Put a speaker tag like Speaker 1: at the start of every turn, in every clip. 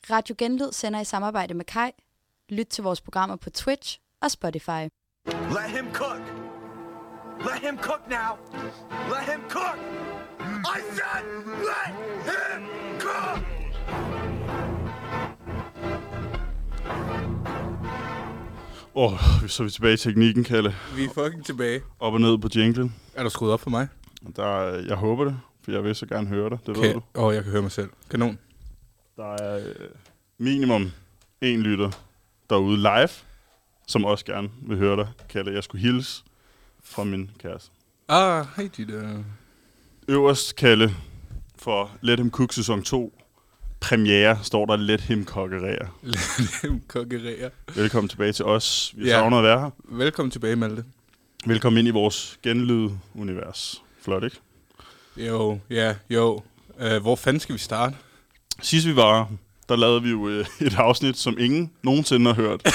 Speaker 1: Radio Genlyd sender i samarbejde med Kai. Lyt til vores programmer på Twitch og Spotify.
Speaker 2: Let him cook. Let him cook now. Let him cook. I said, let him cook.
Speaker 3: Så er vi tilbage i teknikken, Kalle.
Speaker 4: Vi er fucking tilbage.
Speaker 3: Op og ned på jinglen.
Speaker 4: Er du skruet op for mig?
Speaker 3: Jeg håber det, for jeg vil så gerne høre det. Det ved du.
Speaker 4: Jeg kan høre mig selv. Kanon.
Speaker 3: Der er minimum en lytter derude live, som også gerne vil høre dig, Kalle. Jeg skulle hilse fra min kæreste.
Speaker 4: Hej Ditte.
Speaker 3: Øverst, Kalle, for Let Him Cook sæson 2 premiere, står der Let Him Kokkerere.
Speaker 4: Let Him Kokkerere.
Speaker 3: Velkommen tilbage til os. Vi savner at være her.
Speaker 4: Velkommen tilbage, Malte.
Speaker 3: Velkommen ind i vores genlyd-univers. Flot, ikke?
Speaker 4: Jo. Hvor fanden skal vi starte?
Speaker 3: Sidst vi var der lavede vi jo et afsnit, som ingen nogensinde har hørt.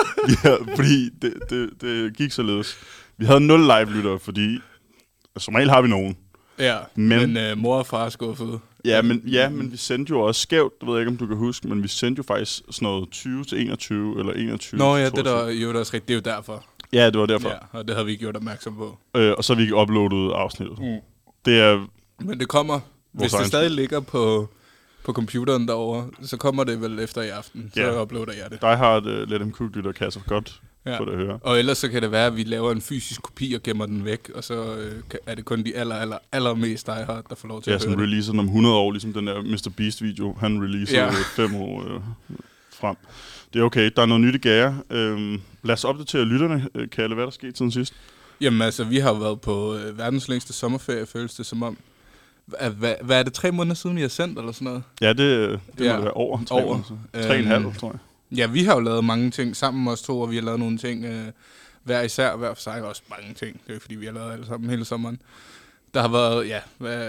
Speaker 3: Fordi det gik således. Vi havde 0 live-lyttere, fordi som regel har vi nogen.
Speaker 4: Ja, men mor og far er skuffede.
Speaker 3: Ja, men vi sendte jo også skævt, det ved jeg ikke, om du kan huske, men vi sendte jo faktisk sådan noget 20 til 21, eller 21
Speaker 4: Nå ja,
Speaker 3: til 22.
Speaker 4: det er også rigtigt, det er jo derfor.
Speaker 3: Ja, det var derfor.
Speaker 4: Ja, og det havde vi ikke gjort opmærksom på.
Speaker 3: Og så har vi ikke uploadet afsnittet. Det er...
Speaker 4: Men det kommer, hvis det stadig ligger på computeren derovre, så kommer det vel efter i aften, så uploader jeg det.
Speaker 3: Die Hard Let Him Cook lytter kasser godt på det at høre.
Speaker 4: Og ellers så kan det være, at vi laver en fysisk kopi og gemmer den væk, og så er det kun de allermest Die Hard, der får lov til at høre
Speaker 3: som releaser den om 100 år, ligesom den der Mr. Beast video, han releaser 5 år frem. Det er okay, der er noget nyt i gære. Lad os opdatere lytterne, Kalle, hvad der sket siden sidst?
Speaker 4: Jamen altså, vi har været på verdens længste sommerferie, føles det som om. Hvad er det, 3 måneder siden, vi har sendt, eller sådan noget?
Speaker 3: Ja, det må det være over 3 måneder. 3,5, tror jeg.
Speaker 4: Ja, vi har jo lavet mange ting sammen med os to, og vi har lavet nogle ting hver især, hver for sig også mange ting. Det er jo fordi, vi har lavet alle sammen hele sommeren. Der har været,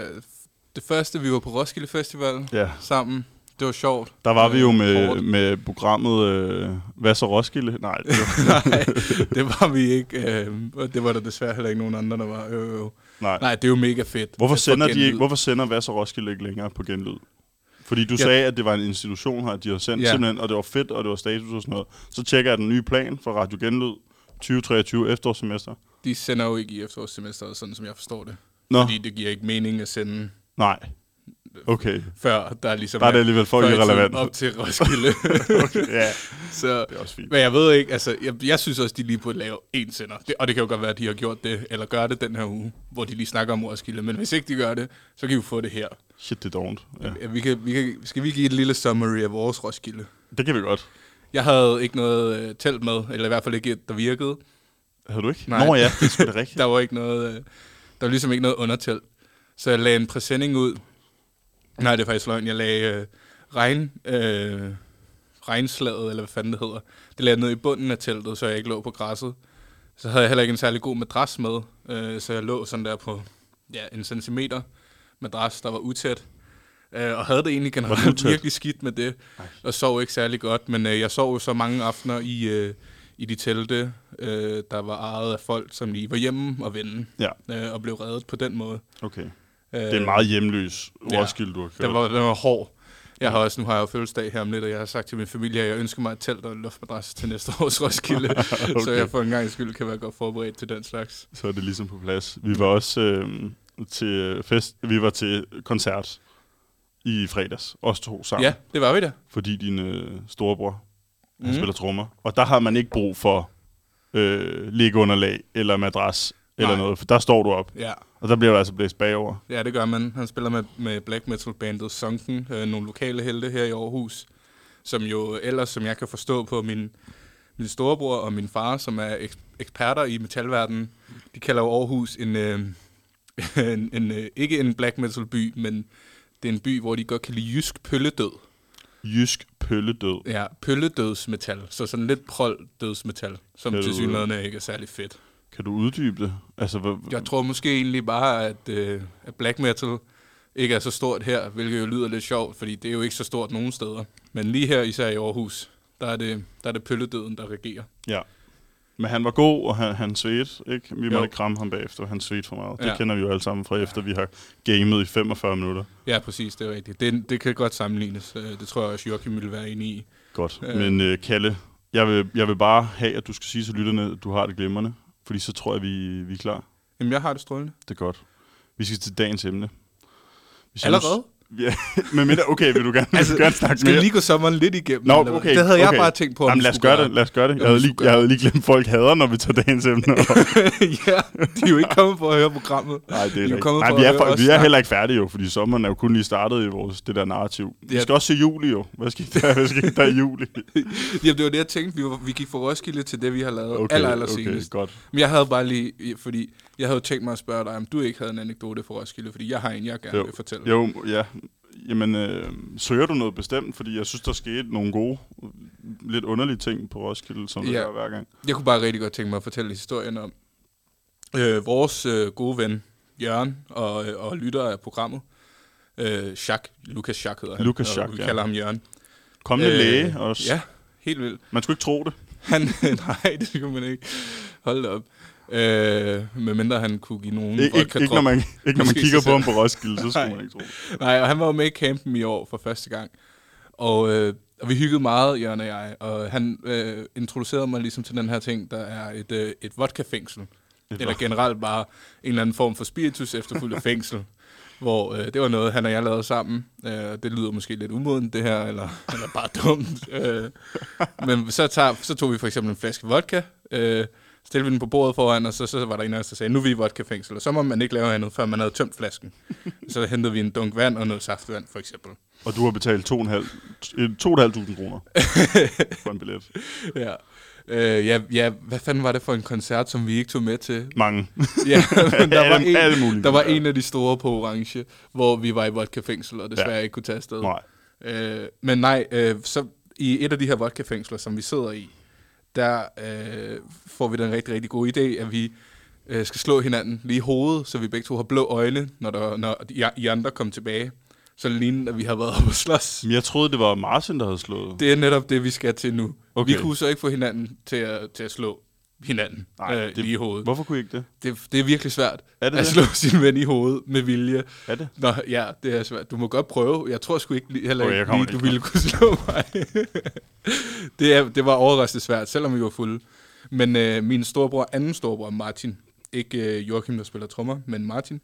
Speaker 4: det første, vi var på Roskilde Festival sammen. Det var sjovt.
Speaker 3: Der var vi jo med programmet Hvad så Roskilde? Nej,
Speaker 4: det var vi ikke. Det var der desværre heller ikke nogen andre, der var. Nej, det er jo mega fedt.
Speaker 3: Hvorfor sender Hvad så Roskilde ikke længere på genlyd? Fordi du sagde, at det var en institution her, de har sendt simpelthen, og det var fedt, og det var status og sådan noget. Så tjekker jeg den nye plan for Radio Genlyd 2023 efterårssemester.
Speaker 4: De sender jo ikke i efterårssemesteret, sådan som jeg forstår det.
Speaker 3: Nå.
Speaker 4: Fordi det giver ikke mening at sende...
Speaker 3: Nej. Okay.
Speaker 4: Før der ligesom
Speaker 3: der er det alligevel folk irrelevant.
Speaker 4: Op til Roskilde.
Speaker 3: Okay, ja.
Speaker 4: Så,
Speaker 3: det er også fint.
Speaker 4: Men jeg ved ikke, altså, jeg synes også, de lige burde lave én sender. Og det kan jo godt være, at de har gjort det, eller gør det den her uge, hvor de lige snakker om Roskilde. Men hvis ikke de gør det, så kan vi få det her.
Speaker 3: Shit, det don't.
Speaker 4: Ja. Skal vi give et lille summary af vores Roskilde?
Speaker 3: Det kan vi godt.
Speaker 4: Jeg havde ikke noget telt med, eller i hvert fald ikke et, der virkede.
Speaker 3: Havde du ikke?
Speaker 4: Nej.
Speaker 3: Nå ja, det er sgu da rigtigt.
Speaker 4: Der var ikke noget, der var ligesom ikke noget undertelt. Så jeg lagde en præsending ud. Nej, det er faktisk løgn. Jeg lagde regnslaget, eller hvad fanden det hedder. Det lagde ned i bunden af teltet, så jeg ikke lå på græsset. Så havde jeg heller ikke en særlig god madras med, så jeg lå sådan der på 1 centimeter madras, der var utæt. Og havde det egentlig generelt virkelig skidt med det, og sov ikke særlig godt. Men jeg sov jo så mange aftener i de telte, der var ejet af folk, som lige var hjemme og vende, og blev reddet på den måde.
Speaker 3: Okay. Det er meget hjemløs Roskilde, du har kørt.
Speaker 4: Den var hård. Nu har jeg jo fødselsdag her om lidt, og jeg har sagt til min familie, at jeg ønsker mig et telt og en luftmadras til næste års Roskilde, okay. Så jeg for en gang skyld kan være godt forberedt til den slags.
Speaker 3: Så er det ligesom på plads. Vi var også vi var til koncert i fredags, os 2 sammen.
Speaker 4: Ja, det var vi da.
Speaker 3: Fordi din storebror, han spiller trommer. Og der har man ikke brug for liggeunderlag eller madras eller noget, for der står du op.
Speaker 4: Ja.
Speaker 3: Og der bliver du altså blæst bagover.
Speaker 4: Ja, det gør man. Han spiller med black metal bandet Sunken, nogle lokale helte her i Aarhus, som jo ellers, som jeg kan forstå på min storebror og min far, som er eksperter i metalverdenen, de kalder jo Aarhus ikke en black metal by, men det er en by, hvor de godt kan lide jysk pølledød.
Speaker 3: Jysk pølledød?
Speaker 4: Ja, pølledødsmetal. Så sådan lidt prol dødsmetal, som til synligheden ikke er særlig fedt.
Speaker 3: Kan du uddybe det? Altså,
Speaker 4: jeg tror måske egentlig bare, at black metal ikke er så stort her, hvilket jo lyder lidt sjovt, fordi det er jo ikke så stort nogen steder. Men lige her, især i Aarhus, der er det pølledøden, der regerer.
Speaker 3: Ja. Men han var god, og han svedte, ikke? Vi måtte ikke kramme ham bagefter, han svedte for meget. Det kender vi jo alle sammen fra efter, vi har gamet i 45 minutter.
Speaker 4: Ja, præcis, det er rigtigt. Det kan godt sammenlignes. Det tror jeg også, Joachim ville være enig i.
Speaker 3: Godt, men Kalle, jeg vil bare have, at du skal sige til lytterne, at du har det glimrende, fordi så tror jeg, vi er klar.
Speaker 4: Jamen, jeg har det strålende.
Speaker 3: Det er godt. Vi skal til dagens emne.
Speaker 4: Allerede?
Speaker 3: Ja, men middag, okay, vil du gerne snakke mere?
Speaker 4: Skal vi lige gå sommeren lidt igennem?
Speaker 3: Nå, okay.
Speaker 4: Det havde jeg bare tænkt på,
Speaker 3: Jamen, lad os gøre det. Jeg havde lige glemt, at folk hader, når vi tager dagens emne.
Speaker 4: Ja, de er jo ikke kommet for at høre programmet.
Speaker 3: Nej, det er rigtigt. Vi er heller ikke færdige jo, fordi sommeren er jo kun lige startet i vores det der narrativ. Vi skal også se juli jo. Hvad skal der i juli?
Speaker 4: Jamen, det var det, jeg tænkte. Vi gik fra Roskilde til det, vi har lavet aller senest.
Speaker 3: Godt.
Speaker 4: Men jeg havde bare lige, fordi jeg havde tænkt mig at spørge dig, om du ikke havde en anekdote fra Roskilde, fordi jeg har en, jeg gerne vil fortælle.
Speaker 3: Jo, ja. Jamen, søger du noget bestemt? Fordi jeg synes, der skete nogle gode, lidt underlige ting på Roskilde, som det gør hver gang.
Speaker 4: Jeg kunne bare rigtig godt tænke mig at fortælle historien om vores gode ven, Jørgen, og lytter af programmet. Lukas Schack hedder han.
Speaker 3: Lukas Schack,
Speaker 4: vi kalder ham Jørgen.
Speaker 3: Kommende læge også.
Speaker 4: Ja, helt vildt.
Speaker 3: Man skulle ikke tro det.
Speaker 4: Nej, det skulle man ikke. Hold da op. Medmindre han kunne give nogen
Speaker 3: ikke når man kigger på ham på Roskilde, så skulle man ikke tro det.
Speaker 4: Nej, og han var jo med i campen i år for første gang. Og vi hyggede meget, Jørgen og jeg. Og han introducerede mig ligesom til den her ting, der er et vodka-fængsel. Eller generelt bare en eller anden form for spiritus efterfulgt af fængsel. Hvor det var noget, han og jeg lavede sammen. Det lyder måske lidt umodent, det her, eller bare dumt. Men så tog vi for eksempel en flaske vodka, stillede vi den på bordet foran, og så var der en af os, der sagde, nu er vi i vodka-fængsel, og så må man ikke lave andet, før man havde tømt flasken. Så hentede vi en dunk vand og noget saftvand, for eksempel.
Speaker 3: Og du har betalt 2.500 kroner for en billet.
Speaker 4: Ja, hvad fanden var det for en koncert, som vi ikke tog med til?
Speaker 3: Mange.
Speaker 4: Ja, der var en af de store på Orange, hvor vi var i vodka-fængsel, og desværre ikke kunne tage afsted.
Speaker 3: Nej.
Speaker 4: Så i et af de her vodka-fængsler, som vi sidder i, der får vi den rigtig, rigtig gode idé, at vi skal slå hinanden lige i hovedet, så vi begge to har blå øjne, når I andre kommer tilbage. Så det lignede, at vi har været oppe og slås.
Speaker 3: Men jeg troede, det var Martin, der havde slået.
Speaker 4: Det er netop det, vi skal til nu.
Speaker 3: Okay.
Speaker 4: Vi kunne så ikke få hinanden til at slå hinanden lige i hovedet.
Speaker 3: Hvorfor kunne I ikke det?
Speaker 4: Det er virkelig svært
Speaker 3: at
Speaker 4: slå sin ven i hovedet med vilje.
Speaker 3: Er det?
Speaker 4: Nå, ja, det er svært. Du må godt prøve. Jeg tror sgu ikke heller
Speaker 3: ikke,
Speaker 4: du ville kunne slå mig. Det var overraskende svært, selvom vi var fulde. Men min anden storebror, Martin, ikke Joachim, der spiller trommer, men Martin,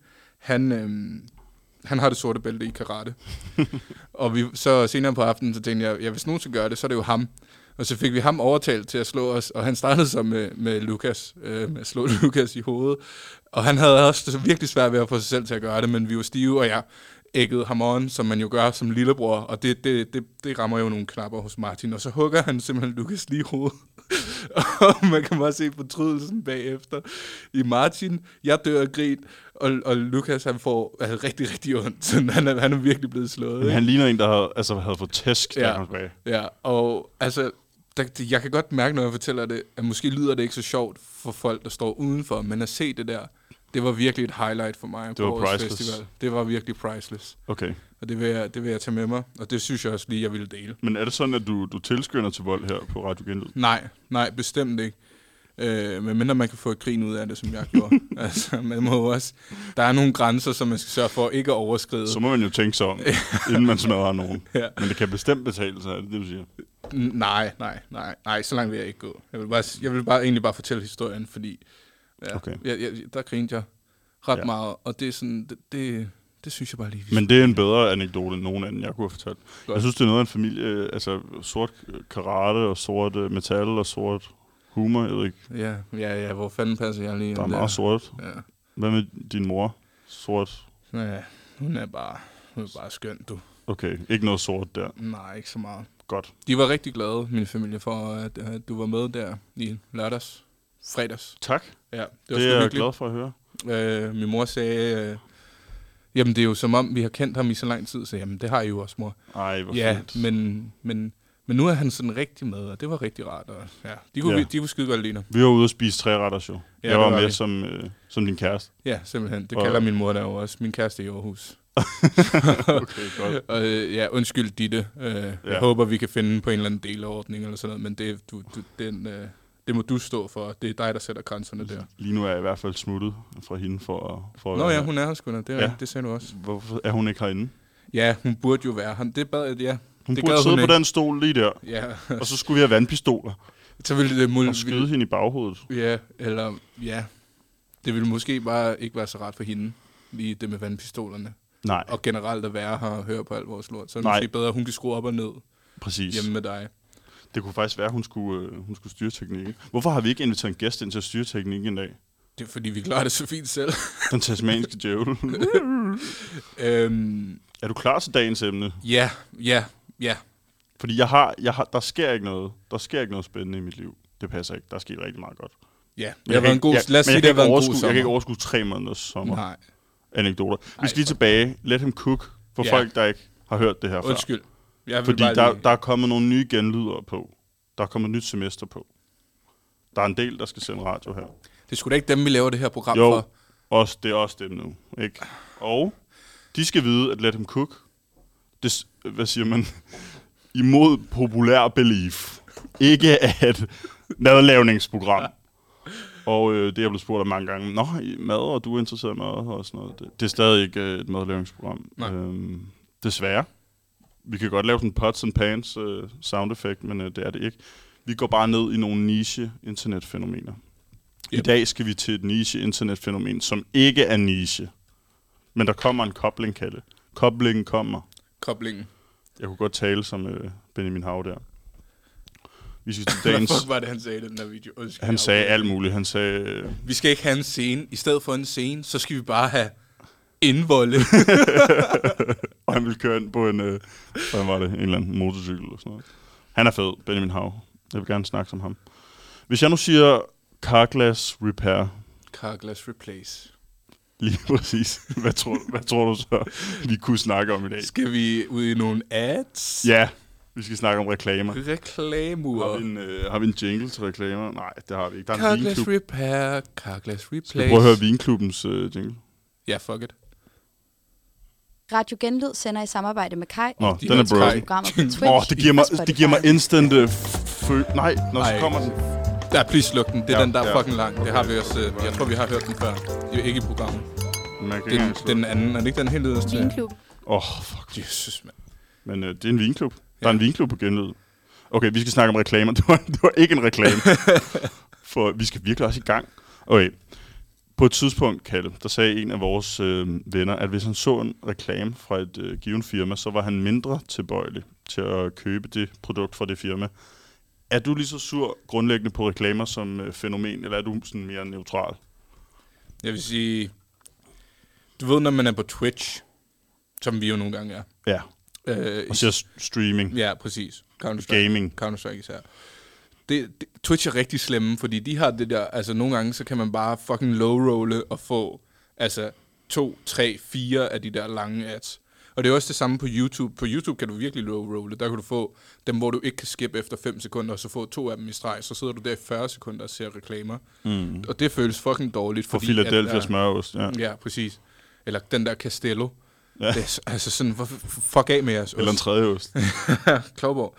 Speaker 4: han har det sorte bælte i karate. Og så senere på aftenen, så tænkte jeg, hvis nogen skal gøre det, så er det jo ham. Og så fik vi ham overtalt til at slå os, og han startede så med Lukas, med at slå Lukas i hovedet. Og han havde også virkelig svært ved at få sig selv til at gøre det, men vi var stive, og jeg æggede ham on, som man jo gør som lillebror, og det rammer jo nogle knapper hos Martin, og så hugger han simpelthen Lukas lige i hovedet. Og man kan bare se fortrydelsen bagefter. I Martin, jeg dør af grin, og Lukas, han får rigtig, rigtig ondt. Så han er virkelig blevet slået.
Speaker 3: Men han ligner en, der havde fået tæsk, der kom tilbage.
Speaker 4: Ja, og altså, jeg kan godt mærke, når jeg fortæller det, at måske lyder det ikke så sjovt for folk, der står udenfor, men at se det der, det var virkelig et highlight for mig på årets festival. Det var virkelig priceless.
Speaker 3: Okay. Og
Speaker 4: det vil jeg tage med mig, og det synes jeg også lige, jeg ville dele.
Speaker 3: Men er det sådan, at du tilskynder til vold her på Radio Genlyd?
Speaker 4: Nej, bestemt ikke. Men mindre man kan få et grin ud af det, som jeg gjorde. Altså, man må også, der er nogle grænser, som man skal sørge for ikke at overskride.
Speaker 3: Så må man jo tænke sig om, inden man smadrer nogen. Ja. Men det kan bestemt betale sig, er det du siger?
Speaker 4: Nej, så langt vil jeg ikke gå. Jeg vil egentlig bare fortælle historien, fordi der grinte jeg ret meget, og det er sådan, det synes jeg bare lige.
Speaker 3: Men det er en bedre anekdote end nogen anden, jeg kunne have fortalt. Godt. Jeg synes, det er noget af en familie, altså sort karate og sort metal og sort humor, jeg ved ikke.
Speaker 4: Ja, hvor fanden passer jeg lige?
Speaker 3: Der er meget sort. Ja. Hvad med din mor? Sort?
Speaker 4: Ja, hun er bare skøn, du.
Speaker 3: Okay, ikke noget sort der?
Speaker 4: Nej, ikke så meget.
Speaker 3: Godt.
Speaker 4: De var rigtig glade, min familie, for at du var med der i fredags.
Speaker 3: Tak.
Speaker 4: Ja,
Speaker 3: det er jeg glad for at høre.
Speaker 4: Min mor sagde, jamen det er jo som om, vi har kendt ham i så lang tid, så jamen det har I jo også, mor.
Speaker 3: Ej, hvor
Speaker 4: fint. Men nu er han sådan rigtig med, og det var rigtig rart. Og, de var skide godt lige nu.
Speaker 3: Vi var ude og spise 3-retters jo. Ja, jeg var med som din kæreste.
Speaker 4: Ja, simpelthen. Det kalder min mor der jo også. Min kæreste i Aarhus.
Speaker 3: Okay, godt.
Speaker 4: Og undskyld Ditte. Jeg håber, vi kan finde på en eller anden delordning eller sådan noget, men Det må du stå for. Det er dig, der sætter grænserne der.
Speaker 3: Lige nu er jeg i hvert fald smuttet fra hende for
Speaker 4: Nå ja, hun er her sgu da. Det sagde du også.
Speaker 3: Hvorfor er hun ikke herinde?
Speaker 4: Ja, hun burde jo være her. Det bad, ja.
Speaker 3: Hun
Speaker 4: det
Speaker 3: burde sidde på den stol lige der.
Speaker 4: Ja.
Speaker 3: Og så skulle vi have vandpistoler.
Speaker 4: Så ville det
Speaker 3: og skyde hende i baghovedet.
Speaker 4: Ja, eller ja. Det ville måske bare ikke være så ret for hende, lige det med vandpistolerne.
Speaker 3: Nej.
Speaker 4: Og generelt at være her og høre på alt vores lort. Så er det måske bedre, at hun kan skrue op og ned.
Speaker 3: Præcis.
Speaker 4: Hjemme med dig.
Speaker 3: Det kunne faktisk være, at hun skulle styre teknikken. Hvorfor har vi ikke inviteret en gæst ind til at styre teknikken en dag?
Speaker 4: Det er fordi, vi klarer det så fint selv.
Speaker 3: Den tasmanske djævel. Er du klar til dagens emne?
Speaker 4: Ja.
Speaker 3: Fordi der sker ikke noget. Der sker ikke noget spændende i mit liv. Det passer ikke. Der er sket rigtig meget godt.
Speaker 4: Ja, det har været en god... Lad os sige, det har været en god sommer.
Speaker 3: Jeg kan ikke overskue 3 måneders sommer.
Speaker 4: Nej.
Speaker 3: Anekdoter. Vi skal lige tilbage. Let him cook. For folk, der ikke har hørt det her før.
Speaker 4: Undskyld.
Speaker 3: Fordi der er kommet nogle nye genlyder på. Der er kommet et nyt semester på. Der er en del, der skal sende radio her.
Speaker 4: Det er sgu da ikke dem, vi laver det her program for.
Speaker 3: Jo, det er også dem nu. Ikke? Og de skal vide, at Let him cook, det, hvad siger man, imod populær belief, ikke er et madlavningsprogram. Og det er jeg blevet spurgt om mange gange. Nå, mad, og du er interesseret i mad og sådan noget. Det er stadig ikke et madlavningsprogram. Desværre. Vi kan godt lave sådan en pots and pans sound effect, men det er det ikke. Vi går bare ned i nogle niche internetfænomener. Yep. I dag skal vi til et niche internetfænomen, som ikke er niche. Men der kommer en kobling, Kalle. Koblingen kommer.
Speaker 4: Koblingen.
Speaker 3: Jeg kunne godt tale som Benjamin Hav der. Vi skal til dagens...
Speaker 4: Hvad fuck var det, han sagde i den der video?
Speaker 3: Han sagde alt muligt. Han sagde...
Speaker 4: Vi skal ikke have en scene. I stedet for en scene, så skal vi bare have indvolde.
Speaker 3: Og han ville køre ind på en... hvad var det? En eller anden motorcykel eller sådan noget. Han er fed, Benjamin Hav. Jeg vil gerne snakke om ham. Hvis jeg nu siger Carglass Repair...
Speaker 4: Carglass Replace.
Speaker 3: Lige præcis. Hvad tror du så, vi kunne snakke om i dag?
Speaker 4: Skal vi ud i nogle ads?
Speaker 3: Ja, vi skal snakke om reklamer.
Speaker 4: Reklamer.
Speaker 3: Har vi en jingle til reklamer? Nej, det har vi ikke. Der er
Speaker 4: Carglass Repair, Carglass Replace.
Speaker 3: Skal vi prøve at høre Vinklubbens jingle?
Speaker 4: Ja, fuck it.
Speaker 1: Radio Genlyd sender i samarbejde med Kai.
Speaker 3: Nå, den er bro. Det giver mig instant... Nej, når så kommer den.
Speaker 4: Der er please luk den. Det er den, der er fucking lang. Det har vi også... Jeg tror, vi har hørt den før. Det er ikke i programmet. Det er den anden. Er det ikke den helt yderst til?
Speaker 1: Vinklub.
Speaker 3: Fuck.
Speaker 4: Jesus, mand.
Speaker 3: Men det er en vinklub. Der er en vinklub på Genlyd. Okay, vi skal snakke om reklamer. Det var ikke en reklame. For vi skal virkelig også i gang. Okay. På et tidspunkt, Kalle, der sagde en af vores venner, at hvis han så en reklame fra et givet firma, så var han mindre tilbøjelig til at købe det produkt fra det firma. Er du lige så sur grundlæggende på reklamer som fænomen, eller er du sådan mere neutral?
Speaker 4: Jeg vil sige, du ved, når man er på Twitch, som vi jo nogle gange er.
Speaker 3: Ja, og ser streaming.
Speaker 4: Ja, præcis.
Speaker 3: Gaming.
Speaker 4: Counter-Strike især. Twitch er rigtig slemme, fordi de har det der, altså nogle gange, så kan man bare fucking low-rolle og få, altså 2, 3, 4 af de der lange ads. Og det er også det samme på YouTube. På YouTube kan du virkelig low-rolle. Der kan du få dem, hvor du ikke kan skippe efter 5 sekunder, og så få 2 af dem i streg. Så sidder du der i 40 sekunder og ser reklamer. Mm. Og det føles fucking dårligt.
Speaker 3: For Philadelphia smørost, ja.
Speaker 4: Ja, præcis. Eller den der Castello. Ja. Det er, altså sådan, fuck af med jeres ost.
Speaker 3: Eller en tredje ost.
Speaker 4: Klovborg.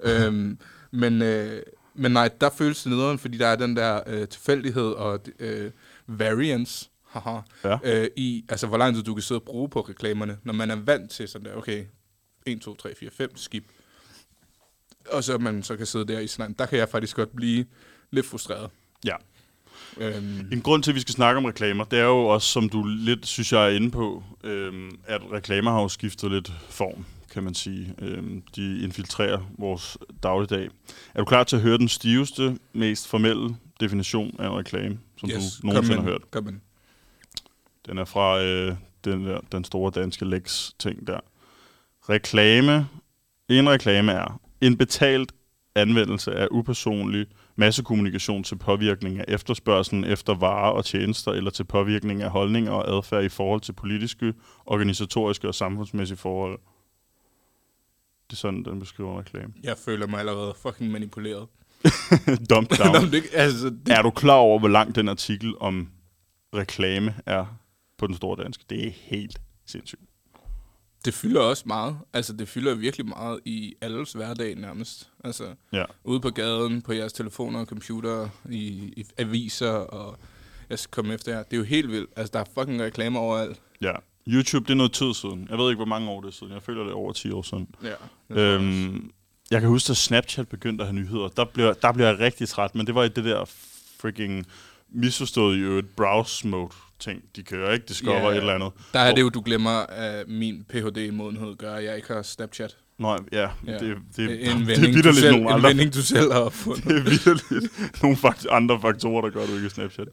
Speaker 4: Men nej, der føles det nederen, fordi der er den der tilfældighed og variance i, altså hvor lang tid du kan sidde og bruge på reklamerne, når man er vant til sådan der, okay, 1, 2, 3, 4, 5, skip. Og så man så kan sidde der i sådan, der kan jeg faktisk godt blive lidt frustreret.
Speaker 3: Ja. En grund til, at vi skal snakke om reklamer, det er jo også, som du lidt, synes jeg, er inde på, at reklamer har jo skiftet lidt form, kan man sige. De infiltrerer vores dagligdag. Er du klar til at høre den stiveste, mest formelle definition af en reklame, som du nogensinde har hørt?
Speaker 4: Kom ind.
Speaker 3: Den er fra den store danske Lex-ting der. Reklame. En reklame er en betalt anvendelse af upersonlig massekommunikation til påvirkning af efterspørgselen efter varer og tjenester, eller til påvirkning af holdninger og adfærd i forhold til politiske, organisatoriske og samfundsmæssige forhold. Det er sådan, den beskriver reklame.
Speaker 4: Jeg føler mig allerede fucking manipuleret.
Speaker 3: Dump down.
Speaker 4: Det.
Speaker 3: Er du klar over, hvor lang den artikel om reklame er på den store danske? Det er helt sindssygt.
Speaker 4: Det fylder også meget. Altså, det fylder virkelig meget i alles hverdag nærmest. Altså, ude på gaden, på jeres telefoner og computer, i aviser, og jeg skal komme efter jer. Det er jo helt vildt. Altså, der er fucking reklamer overalt.
Speaker 3: Ja. YouTube, det er noget tid siden. Jeg ved ikke, hvor mange år det er siden. Jeg føler, det er over 10 år siden.
Speaker 4: Ja.
Speaker 3: Jeg kan huske, at Snapchat begyndte at have nyheder. Der bliver jeg rigtig træt, men det var i det der freaking misforstået i øvrigt browse mode ting, de kører, ikke? Det skubber et eller andet.
Speaker 4: Der er det jo, du glemmer, at min PhD-modenhed gør, at jeg ikke har Snapchat.
Speaker 3: Nej, det er
Speaker 4: en vending, du selv har opfundet.
Speaker 3: Det er vitterligt nogle andre faktorer, der gør, du ikke Snapchat.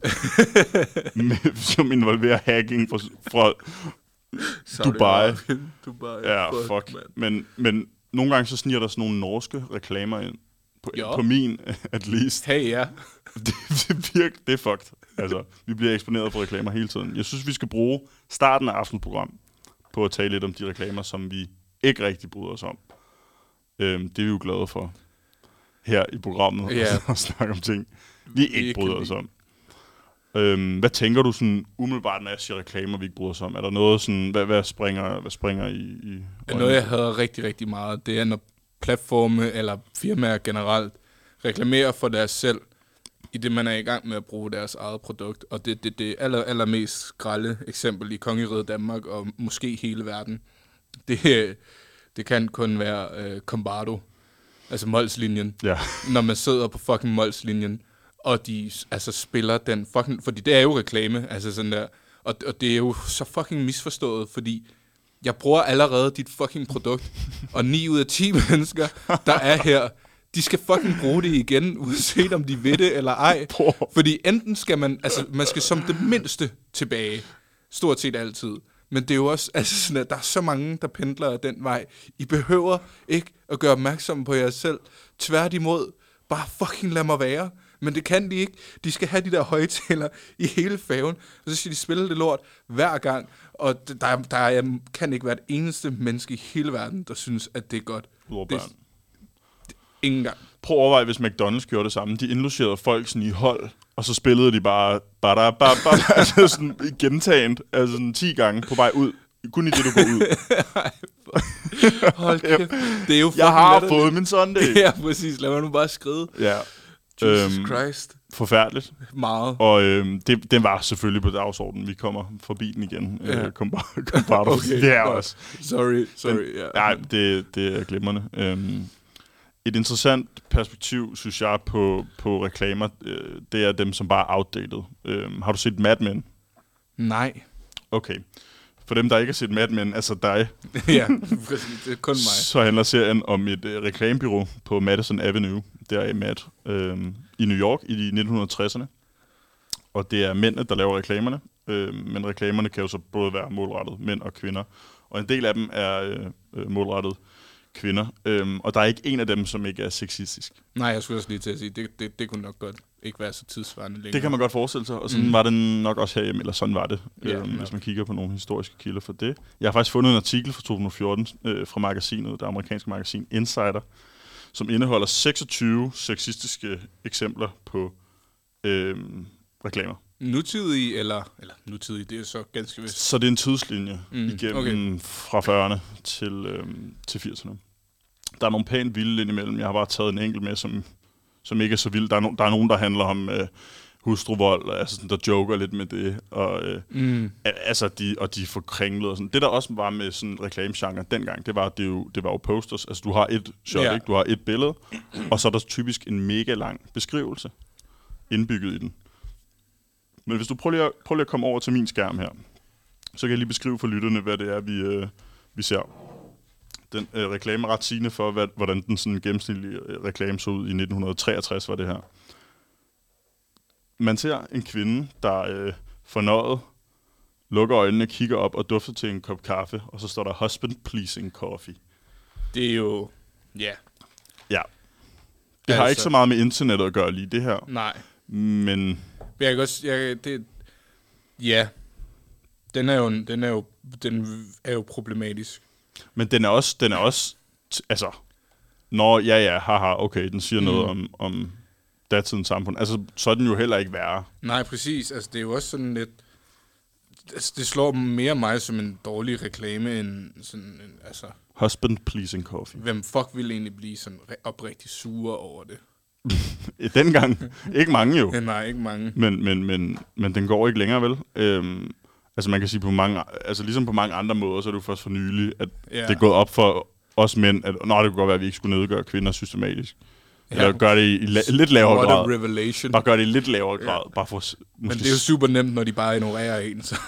Speaker 3: Som involverer hacking fra Dubai. Ja, fuck. Men nogle gange så sniger der sådan nogle norske reklamer ind. På min, at least.
Speaker 4: Hey, ja.
Speaker 3: Det er fucked. Altså, vi bliver eksponeret for reklamer hele tiden. Jeg synes, vi skal bruge starten af aftensprogram på at tale lidt om de reklamer, som vi ikke rigtig bryder os om. Det er vi jo glade for her i programmet, at snakke om ting, vi ikke bryder os om. Hvad tænker du sådan umiddelbart, når jeg siger reklamer, vi ikke bryder os om? Er der noget sådan, hvad springer i
Speaker 4: noget, jeg hader rigtig, rigtig meget, det er, når platforme eller firmaer generelt reklamerer for deres selv, i det man er i gang med at bruge deres eget produkt. Og det allermest grelle eksempel i kongeriget Danmark, og måske hele verden, det kan kun være Combardo, altså Mols-linjen. Ja. Når man sidder på fucking Mols-linjen, og de altså spiller den fucking... Fordi det er jo reklame, altså sådan der. Og det er jo så fucking misforstået, fordi jeg bruger allerede dit fucking produkt, og 9 ud af 10 mennesker, der er her, de skal fucking bruge det igen, uanset om de ved det eller ej. Fordi enten skal man skal som det mindste tilbage, stort set altid. Men det er jo også, altså sådan, at der er så mange, der pendler den vej. I behøver ikke at gøre opmærksom på jer selv. Tværtimod, bare fucking lad mig være. Men det kan de ikke. De skal have de der højtaler i hele færgen, og så skal de spille det lort hver gang. Og der kan ikke være et eneste menneske i hele verden, der synes, at det er godt. Ingen gang.
Speaker 3: Prøv at overveje, hvis McDonald's gjorde det samme. De indlogerede folk sådan i hold, og så spillede de bare altså sådan gentagent, altså sådan 10 gange på vej ud. Kun i det, du går ud.
Speaker 4: Hold kæft. Det er jo
Speaker 3: jeg har fået min Sunday.
Speaker 4: Ja, præcis. Lad mig nu bare skride.
Speaker 3: Ja.
Speaker 4: Jesus Christ.
Speaker 3: Forfærdeligt.
Speaker 4: Meget.
Speaker 3: Og det var selvfølgelig på dagsordenen. Vi kommer forbi den igen. Combardo.
Speaker 4: Okay,
Speaker 3: det er også.
Speaker 4: Sorry.
Speaker 3: Nej, det er glimrende. Et interessant perspektiv, synes jeg, på reklamer, det er dem, som bare er outdated. Har du set Mad Men?
Speaker 4: Nej.
Speaker 3: Okay. For dem, der ikke har set Mad Men, altså dig,
Speaker 4: ja, præcis. Det er kun mig.
Speaker 3: Så handler serien om et reklamebureau på Madison Avenue, der i Mad, i New York i de 1960'erne. Og det er mændene, der laver reklamerne, men reklamerne kan jo så både være målrettet mænd og kvinder. Og en del af dem er målrettet kvinder, og der er ikke en af dem, som ikke er sexistisk.
Speaker 4: Nej, jeg skulle også lige til at sige, det kunne nok godt ikke være så tidsvarende længere.
Speaker 3: Det kan man godt forestille sig, og sådan var det nok også herhjemme, eller sådan var det, hvis man kigger på nogle historiske kilder for det. Jeg har faktisk fundet en artikel fra 2014 fra magasinet, det amerikanske magasin Insider, som indeholder 26 sexistiske eksempler på reklamer.
Speaker 4: Nutidige, eller nutidige, det er så ganske vist.
Speaker 3: Så det er en tidslinje igennem fra 40'erne til 80'erne. Der er nogle pænt vilde indimellem. Jeg har bare taget en enkelt med, som ikke er så vild. Der er nogen, der handler om hustruvold, altså sådan, der joker lidt med det, og altså de er forkringlede og sådan. Det der også var med sådan en reklamegenre dengang, det var jo posters. Altså du har et shot, ikke? Du har et billede, og så er der typisk en mega lang beskrivelse indbygget i den. Men hvis du prøver lige at komme over til min skærm her, så kan jeg lige beskrive for lytterne, hvad det er, vi ser. Den reklame er ret sigende for, hvordan den sådan gennemsnitlige reklame så ud i 1963, var det her. Man ser en kvinde, der fornøjet lukker øjnene, kigger op og dufter til en kop kaffe, og så står der husband pleasing coffee.
Speaker 4: Det er jo... Ja.
Speaker 3: Ja. Det har ikke så meget med internettet at gøre lige det her.
Speaker 4: Nej.
Speaker 3: Men...
Speaker 4: Jeg kan også... Den er jo problematisk.
Speaker 3: Men den er også altså, haha, okay, den siger noget om datidens samfund. Altså, så er den jo heller ikke værre.
Speaker 4: Nej, præcis. Altså, det er jo også sådan lidt... Det slår mere mig som en dårlig reklame, end sådan altså...
Speaker 3: Husband pleasing coffee.
Speaker 4: Hvem fuck ville egentlig blive sådan oprigtigt sure over det?
Speaker 3: Dengang. Ikke mange jo.
Speaker 4: Ja, nej, ikke mange.
Speaker 3: Men den går ikke længere, vel? Altså man kan sige på mange... Altså ligesom på mange andre måder, så er det jo først for nylig, at det er gået op for os mænd, at det kunne godt være, at vi ikke skulle nedgøre kvinder systematisk. Eller gøre det i lidt lavere grad.
Speaker 4: What a revelation.
Speaker 3: Bare gøre det i lidt lavere grad. Bare for,
Speaker 4: men det er jo super nemt, når de bare ignorerer en. Så.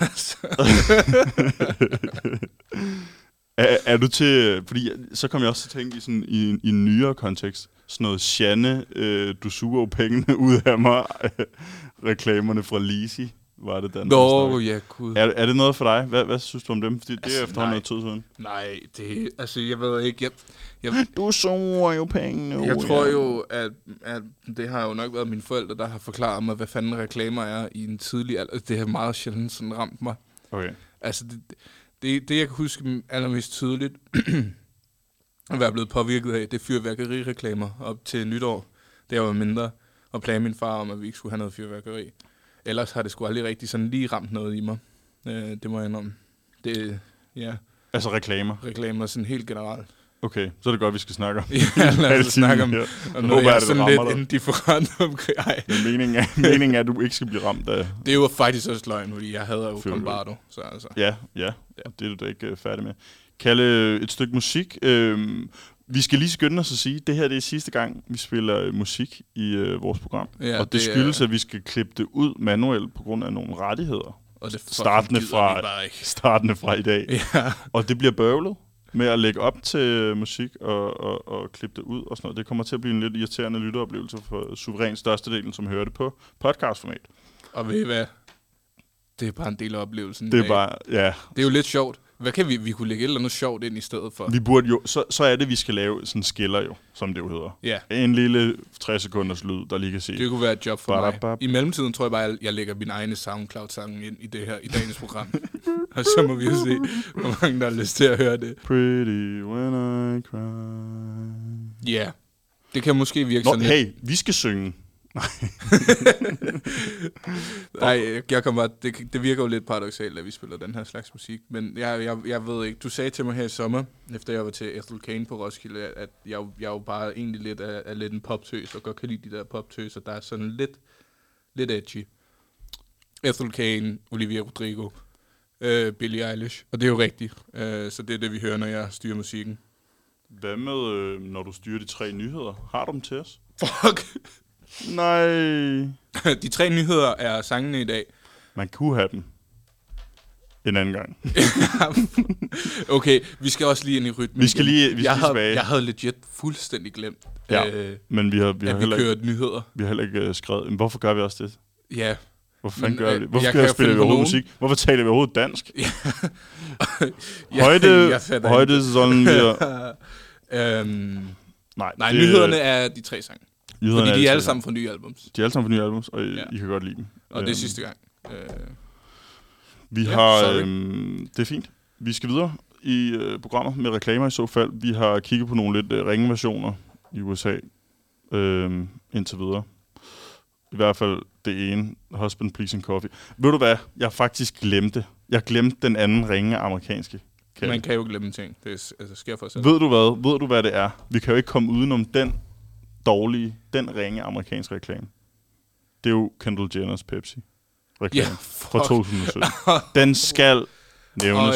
Speaker 3: er du til... Fordi så kom jeg også til at tænke i en nyere kontekst. Sådan noget Sjanne, du suger jo pengene ud af mig. Reklamerne fra Lisi. Var det den?
Speaker 4: Ja, gud.
Speaker 3: Er det noget for dig? Hvad synes du om dem? Fordi det er efterhånden noget tid siden.
Speaker 4: Nej, det... Altså, jeg ved ikke...
Speaker 3: Du suger jo pengene.
Speaker 4: Jeg tror jo, at det har jo nok været mine forældre, der har forklaret mig, hvad fanden reklamer er i en tidlig alder. Det har meget sjældent sådan ramt mig.
Speaker 3: Okay.
Speaker 4: Altså, det jeg kan huske allermest tydeligt, at være blevet påvirket af, det er fyrværkerireklamer op til nytår. Det var mindre og plage min far om, at vi ikke skulle have noget fyrværkeri. Ellers har det sgu aldrig rigtig sådan lige ramt noget i mig. Det må jeg indrømme. Det, ja.
Speaker 3: Altså reklamer?
Speaker 4: Reklamer sådan helt generelt.
Speaker 3: Okay, så er det godt, vi skal snakke om.
Speaker 4: Ja, lad os snakke om noget, jeg er sådan lidt indifferent omkring.
Speaker 3: Meningen er, at du ikke skal blive ramt af...
Speaker 4: Det er jo faktisk også løgn, fordi jeg hader jo Bombardo. Så altså.
Speaker 3: Ja, det er du da ikke færdig med. Kalle, et stykke musik. Vi skal lige skynde os at sige, at det her det er sidste gang, vi spiller musik i vores program. Ja, og det skyldes, at vi skal klippe det ud manuelt på grund af nogle rettigheder.
Speaker 4: Og det
Speaker 3: startende fra i dag.
Speaker 4: Ja.
Speaker 3: Og det bliver bøvlet med at lægge op til musik og klippe det ud og sådan noget. Det kommer til at blive en lidt irriterende lytteoplevelse for suverænt størstedelen, som hører det på podcastformat.
Speaker 4: Og ved I hvad? Det er bare en del af oplevelsen.
Speaker 3: Det er bare, ja.
Speaker 4: Det er jo lidt sjovt. Hvad kan vi kunne lægge et eller andet sjovt ind i stedet for?
Speaker 3: Vi burde jo, så er det, vi skal lave sådan skiller jo, som det jo hedder.
Speaker 4: Ja.
Speaker 3: En lille 60 sekunders lyd, der lige kan se.
Speaker 4: Det kunne være et job for mig. I mellemtiden tror jeg bare, at jeg lægger min egne SoundCloud-sange ind i det her, i dagens program. Og så må vi jo se, hvor mange der har lyst til at høre det.
Speaker 3: Pretty when I cry.
Speaker 4: Ja. Yeah. Det kan måske virke sådan
Speaker 3: hey, vi skal synge.
Speaker 4: Nej, jeg kommer bare, det virker jo lidt paradoksalt, at vi spiller den her slags musik. Men jeg ved ikke, du sagde til mig her i sommer, efter jeg var til Ethel Cain på Roskilde, at jeg jo bare egentlig lidt er lidt en poptøs, og godt kan lide de der poptøser, der er sådan lidt edgy. Ethel Cain, Olivia Rodrigo, Billie Eilish, og det er jo rigtigt. Så det er det, vi hører, når jeg styrer musikken.
Speaker 3: Hvad med, når du styrer de 3 nyheder? Har du dem til os?
Speaker 4: Fuck!
Speaker 3: Nej.
Speaker 4: De 3 nyheder er sangene i dag.
Speaker 3: Man kunne have dem en anden gang.
Speaker 4: Okay, vi skal også lige ind i rytmen.
Speaker 3: Vi skal tilbage.
Speaker 4: Jeg havde legit fuldstændig glemt,
Speaker 3: men vi har heller ikke
Speaker 4: kørt nyheder.
Speaker 3: Vi har heller ikke skrevet. Men hvorfor gør vi også det?
Speaker 4: Ja.
Speaker 3: Hvorfor fanden gør vi det? Hvorfor spiller vi overhovedet musik? Hvorfor taler vi overhovedet dansk? Højde sådan der.
Speaker 4: Nej, nyhederne er de 3 sange. Fordi de er alle sammen fra nye albums.
Speaker 3: De er alle sammen fra nye albums, og I kan godt lide dem.
Speaker 4: Og det er sidste gang.
Speaker 3: Vi har... det er fint. Vi skal videre i programmet med reklamer i så fald. Vi har kigget på nogle lidt ringe versioner i USA indtil videre. I hvert fald det ene, Husband Pleasing Coffee. Ved du hvad? Jeg faktisk glemte. Jeg glemte den anden ringe amerikanske.
Speaker 4: Man kan jo glemme ting. Det sker for sig.
Speaker 3: Ved du hvad det er? Vi kan jo ikke komme udenom den ringe amerikanske reklame. Det er jo Kendall Jenners Pepsi-reklame fra 2017. Den skal nævnes.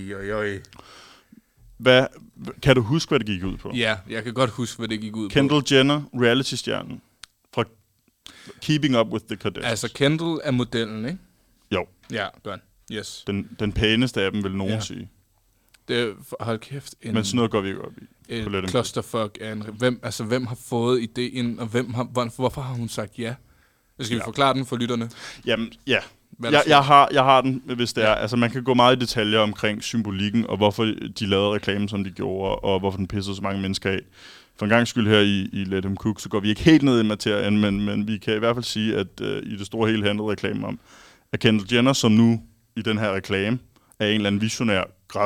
Speaker 3: Hvad, kan du huske, hvad det gik ud på?
Speaker 4: Ja, jeg kan godt huske, hvad det gik ud
Speaker 3: Kendall Jenner, reality-stjernen fra Keeping Up with the Kardashians.
Speaker 4: Altså, Kendall er modellen, ikke?
Speaker 3: Jo.
Speaker 4: Ja, godt. Yes.
Speaker 3: Den pæneste af dem, vil nogen sige.
Speaker 4: Det hold kæft.
Speaker 3: Men sådan noget går vi ikke op i.
Speaker 4: Et clusterfuck af hvem har fået ideen, og hvorfor har hun sagt ja? Skal vi forklare den for lytterne?
Speaker 3: Jamen, ja. Jeg har den, hvis det er. Altså, man kan gå meget i detaljer omkring symbolikken, og hvorfor de lavede reklamen, som de gjorde, og hvorfor den pissede så mange mennesker af. For en gang skyld her i Let Him Cook, så går vi ikke helt ned i materien, men vi kan i hvert fald sige, at i det store hele handlede reklamen om, at Kendall Jenner, som nu i den her reklame, er en eller anden visionær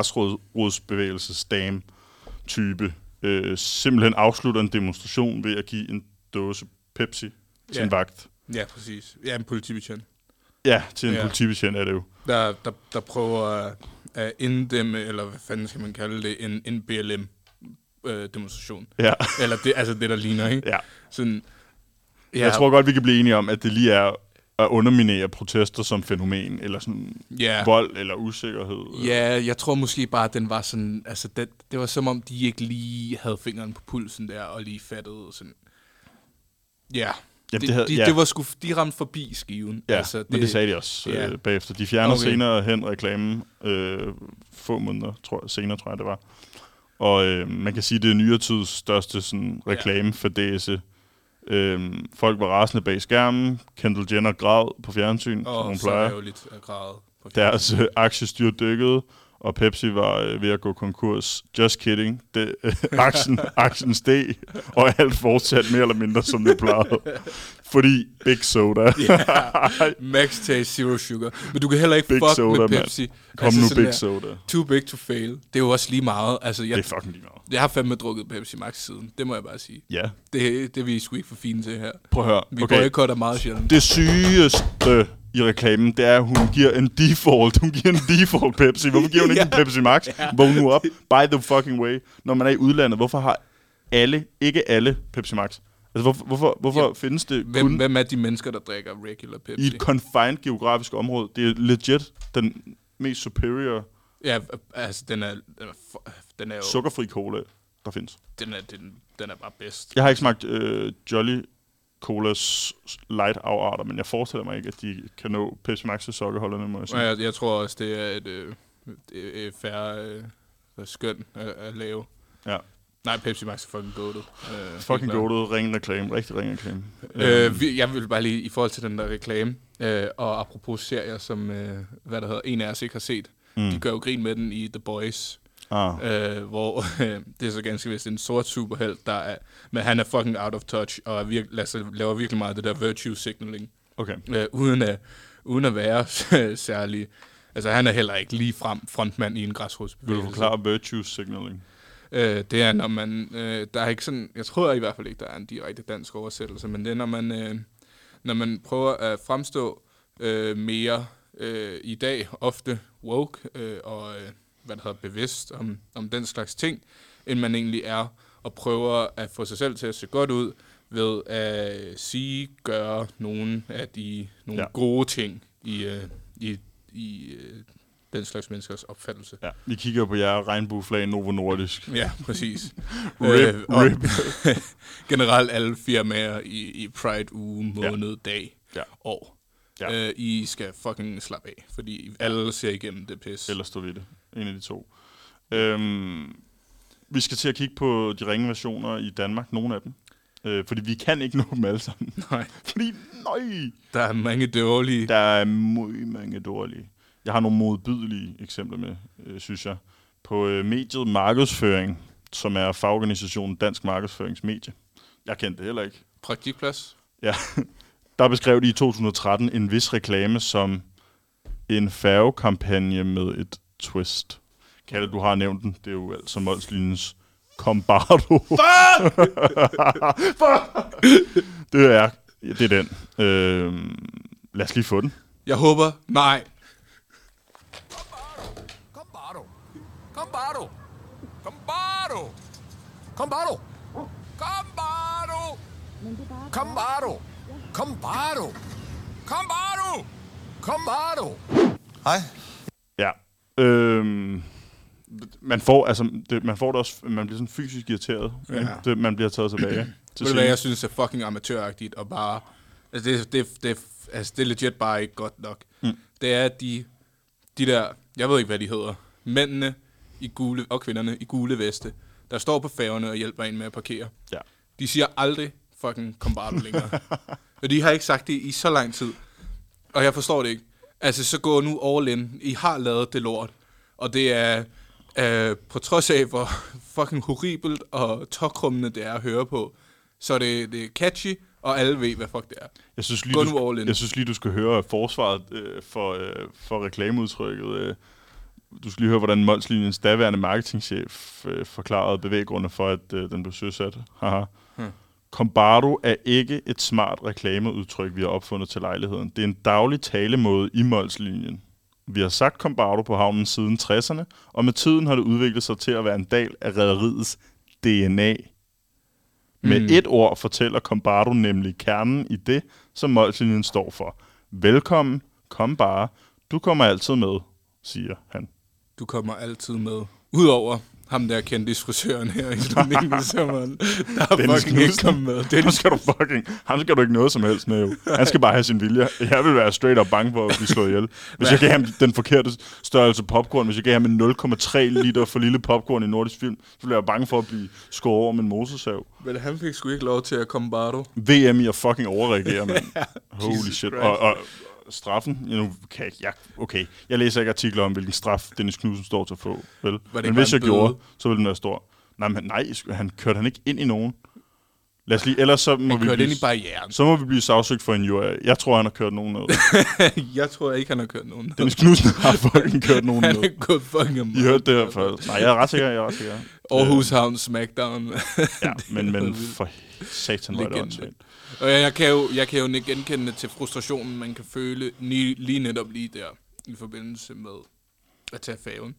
Speaker 3: græsrodsbevægelsesdame-type, simpelthen afslutter en demonstration ved at give en dåse Pepsi til en vagt.
Speaker 4: Ja, præcis. Ja, en politibetjent.
Speaker 3: Ja, til en politibetjent er det jo.
Speaker 4: Der prøver at inddæmme, eller hvad fanden skal man kalde det, en BLM-demonstration.
Speaker 3: Ja.
Speaker 4: Eller det der ligner, ikke?
Speaker 3: Ja.
Speaker 4: Sådan,
Speaker 3: Jeg tror godt, vi kan blive enige om, at det lige er at underminere protester som fænomen, eller sådan vold eller usikkerhed.
Speaker 4: Ja, jeg tror måske bare, at den var sådan, altså det var som om, de ikke lige havde fingeren på pulsen der, og lige fattede sådan, det var sgu, de ramte forbi skiven.
Speaker 3: Ja,
Speaker 4: altså,
Speaker 3: men det sagde de også bagefter. De fjerner senere hen reklamen, få måneder senere, tror jeg det var. Og man kan sige, det er nyere tids største sådan, reklamefadæse. Folk var rasende bag skærmen. Kendall Jenner græd på fjernsyn, som hun plejer.
Speaker 4: Så ærgerligt at græde på
Speaker 3: deres aktiestyr dykkede, og Pepsi var ved at gå konkurs. Just kidding. Aktien steg, og alt fortsatte mere eller mindre, som det plejede. Fordi Big Soda.
Speaker 4: Max taste zero sugar. Men du kan heller ikke
Speaker 3: Big
Speaker 4: fuck
Speaker 3: soda,
Speaker 4: med Pepsi.
Speaker 3: Kom nu Big Soda.
Speaker 4: Too big to fail. Det er jo også lige meget. Altså,
Speaker 3: det er fucking lige meget.
Speaker 4: Jeg har fandme drukket Pepsi Max siden. Det må jeg bare sige.
Speaker 3: Ja.
Speaker 4: Det er vi sgu ikke for fine til her.
Speaker 3: Prøv at høre.
Speaker 4: Vi boykotter meget sjældent.
Speaker 3: Det sygeste i reklamen, det er, at hun giver en default Pepsi. Hvorfor giver hun ikke en Pepsi Max? Vågn nu op. By the fucking way. Når man er i udlandet, hvorfor har ikke alle Pepsi Max? Altså, hvorfor findes det kun...
Speaker 4: Hvem er de mennesker, der drikker regular Pepsi?
Speaker 3: I et confined geografisk område. Det er legit den mest superior...
Speaker 4: Ja, altså, den er jo...
Speaker 3: Sukkerfri cola, der findes.
Speaker 4: Den er bare bedst.
Speaker 3: Jeg har ikke smagt Jolly Colas light afarter, men jeg forestiller mig ikke, at de kan nå Pepsi Max sukkerholderne, må jeg sige.
Speaker 4: Ja, jeg tror også, det er et færre skøn at lave.
Speaker 3: Ja.
Speaker 4: Nej, Pepsi Max er fucking goated.
Speaker 3: Fucking goated, ring reklame, rigtig ring reklame.
Speaker 4: Jeg vil bare lige, i forhold til den der reklame, og apropos serier, som, hvad der hedder, en af os ikke har set, de gør jo grin med den i The Boys, hvor det er så ganske vist en sort superhelt, men han er fucking out of touch, og laver virkelig meget af det der virtue signaling.
Speaker 3: Okay.
Speaker 4: Uden at være særlig... Altså, han er heller ikke lige frem frontmand i en græsrodsbevægelse.
Speaker 3: Vil du forklare virtue signaling?
Speaker 4: Det er, når man... der er ikke sådan... Jeg tror i hvert fald ikke, der er en direkte dansk oversættelse, men det er, når man prøver at fremstå mere i dag, ofte woke, og hvad der hedder bevidst om den slags ting, end man egentlig er, og prøver at få sig selv til at se godt ud, ved at gøre nogle af de gode ting i den slags menneskers opfattelse. Ja,
Speaker 3: vi kigger på jer regnbueflag Novo Nordisk.
Speaker 4: Ja, præcis.
Speaker 3: Rip.
Speaker 4: Generelt alle firmaer i Pride-uge, måned, dag, år. Ja. I skal fucking slappe af, fordi alle ser igennem det pis.
Speaker 3: Eller stå ved det. En af de to. Vi skal til at kigge på de ringe versioner i Danmark, nogle af dem. Fordi vi kan ikke nå dem alle sammen.
Speaker 4: Nej.
Speaker 3: Fordi,
Speaker 4: der er mange dårlige.
Speaker 3: Der er mange dårlige. Jeg har nogle modbydelige eksempler med, synes jeg. På mediet Markedsføring, som er fagorganisationen Dansk Markedsføringsmedie. Jeg kendte det heller ikke.
Speaker 4: Praktikplads?
Speaker 3: Ja. Der beskrev de i 2013 en vis reklame som en færgekampagne med et twist. Kalle, du har nævnt den. Det er jo altså Molslinjens Combardo.
Speaker 4: Fuck!
Speaker 3: Det er den. Lad os lige få den.
Speaker 4: Jeg håber, nej.
Speaker 2: Combardo. Combardo. Combardo. Combardo. Combardo. Combardo. Combardo. Combardo. Combardo. Hej.
Speaker 3: Ja. Man får det også, man bliver sådan fysisk irriteret. Ja. Man bliver taget tilbage.
Speaker 4: Ved du hvad, jeg synes er fucking amatøragtigt, og bare, altså det er legit bare ikke godt nok. Det er de der, jeg ved ikke hvad de hedder, mændene i gule, og kvinderne i gule veste, der står på færgerne og hjælper en med at parkere. Ja. De siger aldrig fucking Combardo længere. Og de har ikke sagt det i så lang tid. Og jeg forstår det ikke. Altså, så gå nu all in. I har lavet det lort. Og det er på trods af, hvor fucking horribelt og tokrummende det er at høre på, så det er catchy, og alle ved, hvad fuck det er.
Speaker 3: Jeg synes lige, du skal høre forsvaret for reklameudtrykket. Du skal lige høre, hvordan Molslinjens daværende marketingchef forklarede bevæggrunde for, at den blev søsat. Haha. Combardo er ikke et smart reklameudtryk, vi har opfundet til lejligheden. Det er en daglig talemåde i Molslinjen. Vi har sagt Combardo på havnen siden 60'erne, og med tiden har det udviklet sig til at være en del af rederiets DNA. Med et ord fortæller Combardo nemlig kernen i det, som Molslinjen står for. Velkommen, kom bare. Du kommer altid med, siger han.
Speaker 4: Du kommer altid med. Udover ham der kendte frisøren her i slutningen af sommeren, der har fucking ikke kommet med.
Speaker 3: Ham skal du ikke noget som helst med, jo. Han skal bare have sin vilje. Jeg vil være straight up bange for at blive slået ihjel. Hvis jeg gav ham den forkerte størrelse popcorn, hvis jeg gav ham en 0,3 liter for lille popcorn i nordisk film, så ville jeg være bange for at blive skåret over med en motorsav.
Speaker 4: Men han fik sgu ikke lov til at komme bare.
Speaker 3: VM i at fucking overreagere, mand. Holy shit. Og straffen, okay. Jeg læser ikke artikler om, hvilken straf Dennis Knudsen står til at få, vel? Men hvis jeg gjorde, så ville den være stor. Nej, han kørte han ikke ind i nogen. Lad os lige, ellers så må vi
Speaker 4: kørte ind i barrieren.
Speaker 3: Så må vi blive sagsøgt for en injurie. Jeg tror, han har kørt nogen ned.
Speaker 4: Jeg tror ikke, han har kørt nogen ned.
Speaker 3: Dennis Knudsen har fucking kørt nogen ned.
Speaker 4: Han er gået fucking amok.
Speaker 3: I hørte det her først. Nej, jeg er ret sikker.
Speaker 4: Aarhus Havn Smackdown.
Speaker 3: Ja, men for satan var det åndssvagt.
Speaker 4: Og jeg kan jo ikke genkende til frustrationen, man kan føle lige netop lige der, i forbindelse med at tage faven.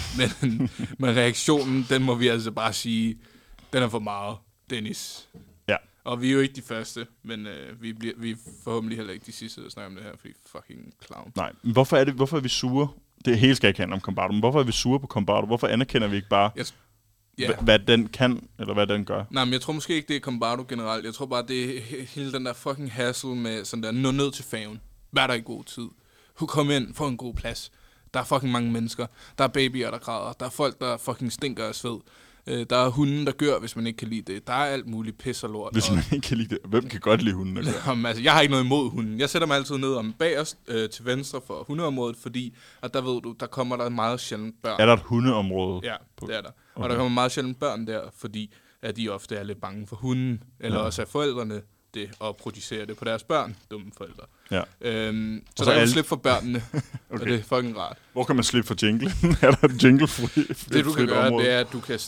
Speaker 4: Men reaktionen, den må vi altså bare sige, den er for meget, Dennis.
Speaker 3: Ja.
Speaker 4: Og vi er jo ikke de første, men vi er forhåbentlig heller ikke de sidste, der snakker om det her, fordi fucking clown.
Speaker 3: Nej, men hvorfor er vi sure? Det hele skal ikke handle om Combardo, men hvorfor er vi sure på Combardo? Hvorfor anerkender vi ikke bare... hvad den kan, eller hvad den gør.
Speaker 4: Nej, men jeg tror måske ikke, det er Combardo generelt. Jeg tror bare, det er hele den der fucking hassle med sådan der, nå ned til faven. Vær der i god tid. Kom ind, få en god plads. Der er fucking mange mennesker. Der er babyer, der græder. Der er folk, der fucking stinker af sved. Der er hunden, der gør, hvis man ikke kan lide det. Der er alt muligt pis og lort.
Speaker 3: Hvis man ikke kan lide det. Hvem kan godt lide hunden, der gør?
Speaker 4: Jamen, altså, jeg har ikke noget imod hunden. Jeg sætter mig altid ned om bagerst til venstre for hundeområdet, fordi at der ved du, der kommer der meget sjældent børn.
Speaker 3: Er der et hundeområde?
Speaker 4: Ja, det er der. Okay. Og der kommer meget sjældent børn der, fordi at de ofte er lidt bange for hunden, eller også er forældrene det, og producerer det på deres børn, dumme forældre.
Speaker 3: Ja.
Speaker 4: Så der kan man slippe for børnene, okay. Og det er fucking rart.
Speaker 3: Hvor kan man slippe for jinglen? Er der et jingle-fri
Speaker 4: det du kan gøre, det er, at du kan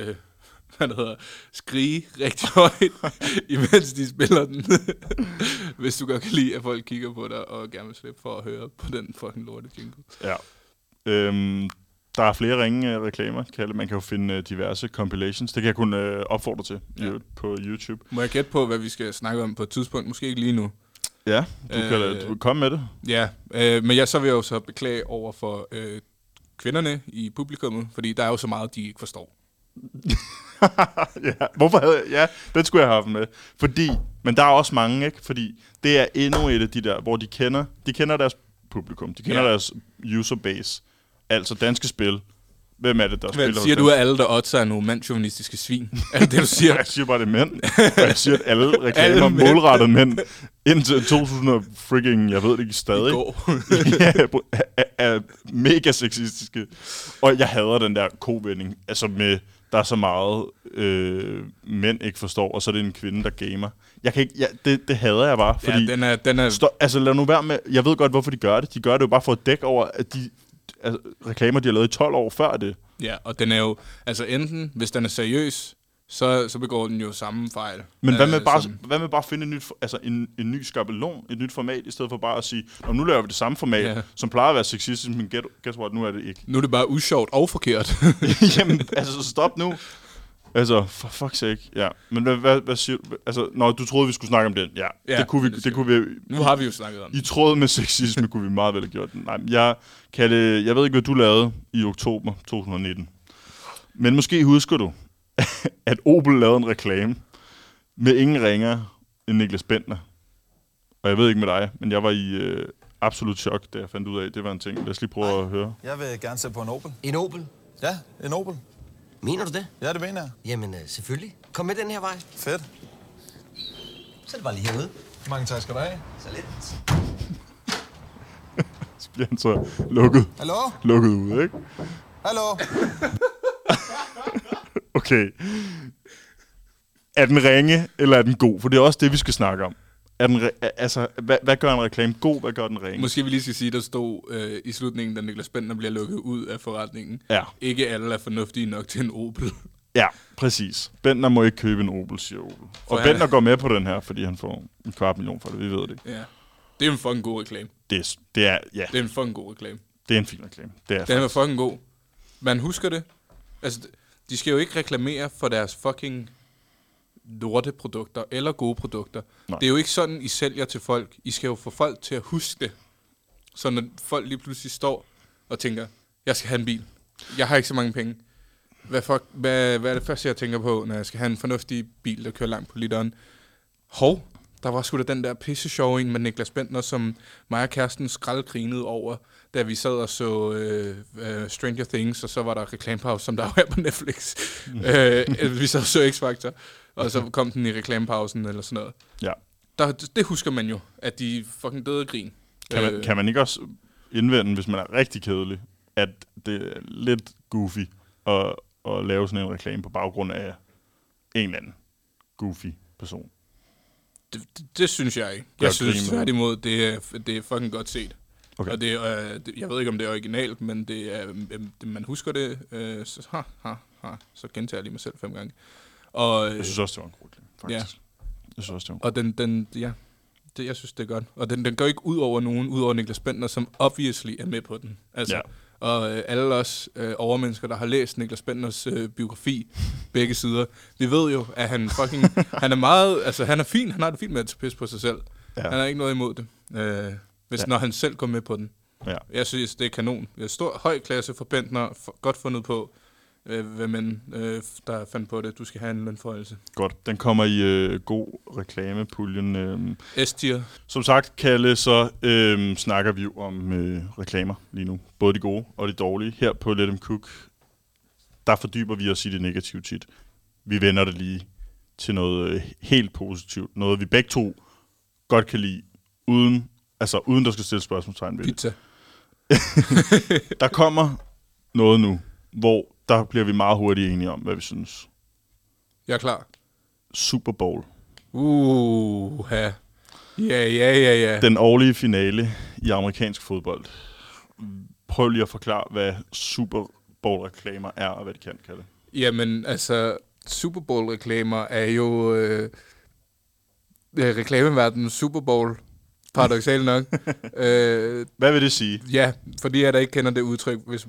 Speaker 4: skrige rigtig højt, imens de spiller den. Hvis du godt kan lide, at folk kigger på dig, og gerne vil slippe for at høre på den fucking lorte jingle.
Speaker 3: Ja. Der er flere reklamer, Kalle. Man kan jo finde diverse compilations. Det kan jeg kun opfordre til på YouTube.
Speaker 4: Må jeg gætte på, hvad vi skal snakke om på et tidspunkt? Måske ikke lige nu.
Speaker 3: Ja, du kan komme med det.
Speaker 4: Ja, men så vil jeg jo så beklage over for kvinderne i publikummet, fordi der er jo så meget, de ikke forstår.
Speaker 3: Ja, den skulle jeg have haft med. Men der er også mange, ikke? Fordi det er endnu et af de der, hvor de kender deres publikum. De kender deres userbase. Altså danske spil. Hvem er det, der spiller?
Speaker 4: Siger du, at alle, der oddser, er nogle mandsjuvenistiske svin? Er det det, du siger?
Speaker 3: Jeg siger bare, det er mænd. Jeg siger, at alle reklamer målrettet mænd indtil 2000 freaking, jeg ved det ikke stadig, er mega sexistiske. Og jeg hader den der kovending. Altså med, der er så meget mænd ikke forstår, og så er det en kvinde, der gamer. Jeg kan ikke, det hader jeg bare. Fordi,
Speaker 4: den er...
Speaker 3: altså lad nu være med, jeg ved godt, hvorfor de gør det. De gør det jo bare for at dække over, at de... Altså, reklamer, de har lavet i 12 år før det.
Speaker 4: Ja, og den er jo... Altså enten, hvis den er seriøs, så begår den jo samme fejl.
Speaker 3: Men hvad med bare at finde en ny skabelon, et nyt format, i stedet for bare at sige, nu laver vi det samme format, som plejer at være sexistisk, men guess what, nu er det ikke.
Speaker 4: Nu er det bare usjovt og forkert.
Speaker 3: Jamen, altså, stop nu. Altså, for fuck's sake, ja. Men hvad siger du? Altså, du troede, vi skulle snakke om den. Ja, det kunne vi.
Speaker 4: Nu har vi jo snakket om
Speaker 3: det. I tråd med sexisme kunne vi meget vel have gjort den. Nej, jeg ved ikke, hvad du lavede i oktober 2019. Men måske husker du, at Opel lavede en reklame med ingen ringer end Niklas Bentner. Og jeg ved ikke med dig, men jeg var i absolut chok, da jeg fandt ud af, at det var en ting. Lad os lige prøve at høre.
Speaker 5: Jeg vil gerne se på en Opel.
Speaker 6: En Opel?
Speaker 5: Ja, en Opel.
Speaker 6: Mener du det?
Speaker 5: Ja, det mener jeg.
Speaker 6: Jamen, selvfølgelig. Kom med den her vej.
Speaker 5: Fedt.
Speaker 6: Så er det bare lige herude.
Speaker 5: Mange tak skal du have.
Speaker 6: Så lidt.
Speaker 3: Så bliver han så lukket.
Speaker 5: Hallo?
Speaker 3: Lukket ud, ikke?
Speaker 5: Hallo?
Speaker 3: Okay. Er den ringe, eller er den god? For det er også det, vi skal snakke om. Hvad gør en reklame god? Hvad gør den ringe?
Speaker 4: Måske vi lige skal sige, der stod i slutningen, da Niklas Bentner bliver lukket ud af forretningen.
Speaker 3: Ja.
Speaker 4: Ikke alle er fornuftige nok til en Opel.
Speaker 3: Ja, præcis. Bentner må ikke købe en Opel, siger Opel. Og Bentner går med på den her, fordi han får 250.000 for det, vi ved det.
Speaker 4: Ja. Det er en fucking god reklame.
Speaker 3: Det er
Speaker 4: Det er en fucking god reklame.
Speaker 3: Det er en fin reklame. Den
Speaker 4: er fucking god. Man husker det. Altså, de skal jo ikke reklamere for deres fucking lorteprodukter eller gode produkter. Nej. Det er jo ikke sådan, I sælger til folk. I skal jo få folk til at huske det. Så når folk lige pludselig står og tænker, jeg skal have en bil. Jeg har ikke så mange penge. Hvad er det første, jeg tænker på, når jeg skal have en fornuftig bil, der kører langt på literen? Der var sgu da den der pisse sjove en med Niklas Bentner, som mig og kæresten skraldgrinede over, da vi sad og så Stranger Things, og så var der reklamepause, som der var her på Netflix. Vi sad og så X-Factor, og så kom den i reklamepausen eller sådan noget.
Speaker 3: Ja.
Speaker 4: Det husker man jo, at de fucking døde grin.
Speaker 3: Kan man ikke også indvende, hvis man er rigtig kedelig, at det er lidt goofy at lave sådan en reklame på baggrund af en eller anden goofy person?
Speaker 4: Det synes jeg ikke. Jeg synes tværtimod, det er fucking godt set. Okay. Og jeg ved ikke, om det er originalt, men det er, man husker det, så gentager jeg lige mig selv 5 gange. Og,
Speaker 3: jeg synes også, det var en god reklame, faktisk. Ja. Jeg synes også, det var
Speaker 4: jeg synes, det er godt. Og den går ikke ud over nogen, ud over Niklas Bentner, som obviously er med på den. Altså, ja. Og alle os overmennesker, der har læst Niklas Bentners biografi, begge sider, vi ved jo, at han fucking, han er meget, altså han er fin, han har det fint med at tage pis på sig selv. Ja. Han har ikke noget imod det, når han selv går med på den. Ja. Jeg synes, det er kanon. Det er stor, høj klasse for Bentner, godt fundet på, hvem end der fandt på det. Du skal have en lønforhøjelse.
Speaker 3: Godt. Den kommer i god reklamepuljen.
Speaker 4: S-tier.
Speaker 3: Som sagt, Kalle, så snakker vi jo om reklamer lige nu. Både de gode og de dårlige. Her på Let Them Cook, der fordyber vi os i det negative tit. Vi vender det lige til noget helt positivt. Noget, vi begge to godt kan lide, uden der skal stille spørgsmålstegn ved det.
Speaker 4: Pizza.
Speaker 3: Der kommer noget nu, hvor der bliver vi meget hurtigt enige om, hvad vi synes.
Speaker 4: Jeg er klar.
Speaker 3: Super Bowl.
Speaker 4: Ja.
Speaker 3: Den årlige finale i amerikansk fodbold. Prøv lige at forklare, hvad Super Bowl-reklamer er, og hvad de kan, Kalle.
Speaker 4: Jamen, altså, Super Bowl-reklamer er jo reklameverdenens Super Bowl. Paradoksalt nok.
Speaker 3: Hvad vil det sige?
Speaker 4: Ja, fordi jeg der ikke kender det udtryk. Hvis,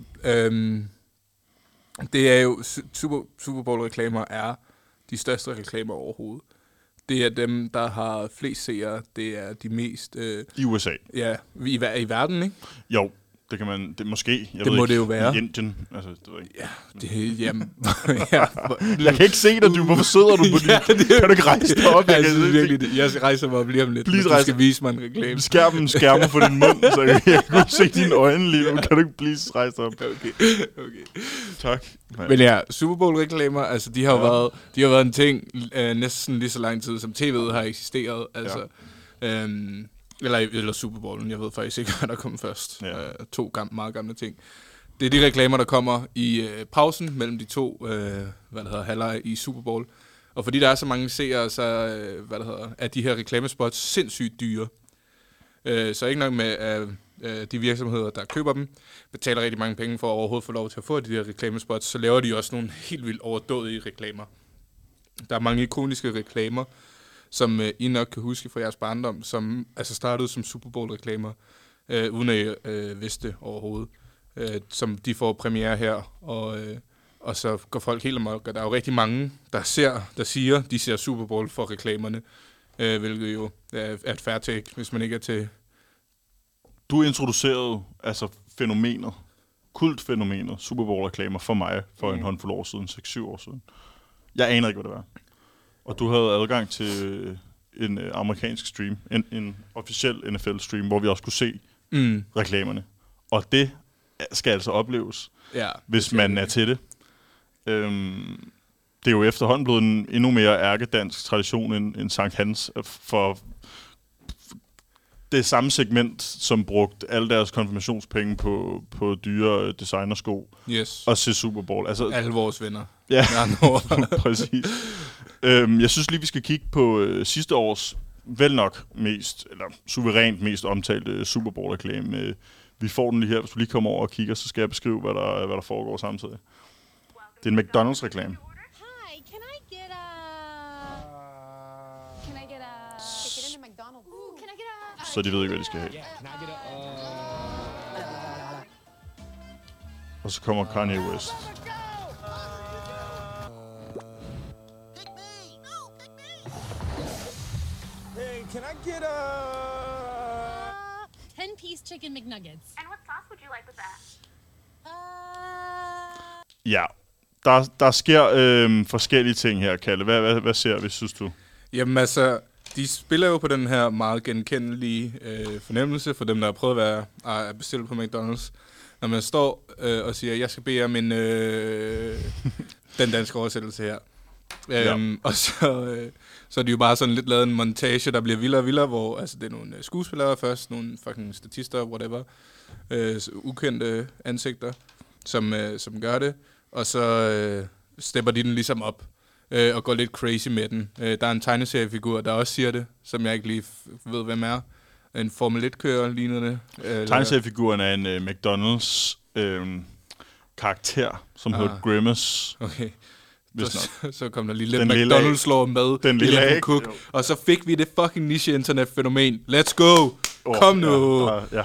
Speaker 4: det er jo, Super Bowl-reklamer er de største reklamer overhovedet. Det er dem, der har flest seere. Det er de mest...
Speaker 3: I USA?
Speaker 4: Ja, i verden, ikke?
Speaker 3: Jo, det kan man... Det måske. Jeg
Speaker 4: det
Speaker 3: ved
Speaker 4: må
Speaker 3: ikke,
Speaker 4: det jo være.
Speaker 3: I Indien. Altså, det ved ikke.
Speaker 4: Ja, jamen...
Speaker 3: Jeg kan ikke se dig, hvorfor sidder du på din... Kan du ikke rejse dig op?
Speaker 4: Jeg rejser mig op lige om lidt,
Speaker 3: please,
Speaker 4: du skal vise mig en reklame.
Speaker 3: Skærmer for din mund, så jeg kan se dine øjne lige nu. Kan du ikke please rejse dig op?
Speaker 4: Okay.
Speaker 3: Tak.
Speaker 4: Men ja, Super Bowl-reklamer, altså de har jo været en ting næsten lige så lang tid, som TV'et har eksisteret. Altså... Ja. Eller Super Bowlen, jeg ved faktisk ikke, hvad der kom først. Ja. 2 meget gamle ting. Det er de reklamer, der kommer i pausen mellem de 2 halvleje i Super Bowl. Og fordi der er så mange seere, så er de her reklamespots sindssygt dyre. Så ikke nok med, at de virksomheder, der køber dem, betaler rigtig mange penge for at overhovedet få lov til at få de her reklamespots, så laver de også nogle helt vildt overdådige reklamer. Der er mange ikoniske reklamer, som I nok kan huske fra jeres barndom, som altså startede som Super Bowl-reklamer, uden at I vidste det overhovedet. Som de får premiere her, og så går folk helt amok. Og der er jo rigtig mange, der siger, de ser Super Bowl for reklamerne, hvilket jo er et fair take, hvis man ikke er til...
Speaker 3: Du introducerede altså kultfænomenet Super Bowl-reklamer for mig for en håndfuld år siden, 6-7 år siden. Jeg aner ikke, hvad det var. Og du havde adgang til en amerikansk stream, en officiel NFL-stream, hvor vi også kunne se reklamerne. Og det skal altså opleves, hvis man er til det. Det er jo efterhånden blevet en endnu mere ærkedansk tradition end Sankt Hans for det samme segment, som brugte alle deres konfirmationspenge på dyre designersko og se Super Bowl. Altså,
Speaker 4: alle vores venner.
Speaker 3: Ja, præcis. Jeg synes lige, vi skal kigge på sidste års vel nok suverænt mest omtalte Super Bowl-reklame. Vi får den lige her. Hvis du lige kommer over og kigger, så skal jeg beskrive, hvad der foregår samtidig. Det er en McDonald's-reklame. Så de ved ikke, hvad de skal have. Og så kommer Kanye West.
Speaker 5: Hey, can I get a...
Speaker 7: 10-piece chicken McNuggets.
Speaker 8: And what sauce would you like with that?
Speaker 3: Ja, der sker forskellige ting her, Kalle. Hvad ser vi, synes du?
Speaker 4: Jamen altså, de spiller jo på den her meget genkendelige fornemmelse for dem, der har prøvet at bestille på McDonald's. Når man står og siger, jeg skal bede om en, den danske oversættelse her. Og så er de jo bare sådan lidt lavet en montage, der bliver vildere og vildere, hvor altså, det er nogle skuespillere først, nogle fucking statister, whatever, ukendte ansigter, som gør det. Og så stepper de den ligesom op og går lidt crazy med den. Der er en tegneseriefigur, der også siger det, som jeg ikke lige ved, hvem er. En Formel 1-kører lignende.
Speaker 3: Tegneseriefiguren er en McDonald's karakter, som hedder Grimace.
Speaker 4: Okay. Så kom der lige lidt
Speaker 3: den
Speaker 4: McDonald's-lår med.
Speaker 3: Den lille
Speaker 4: Cook. Og så fik vi det fucking niche-internet-fænomen. Let's go! Kom nu!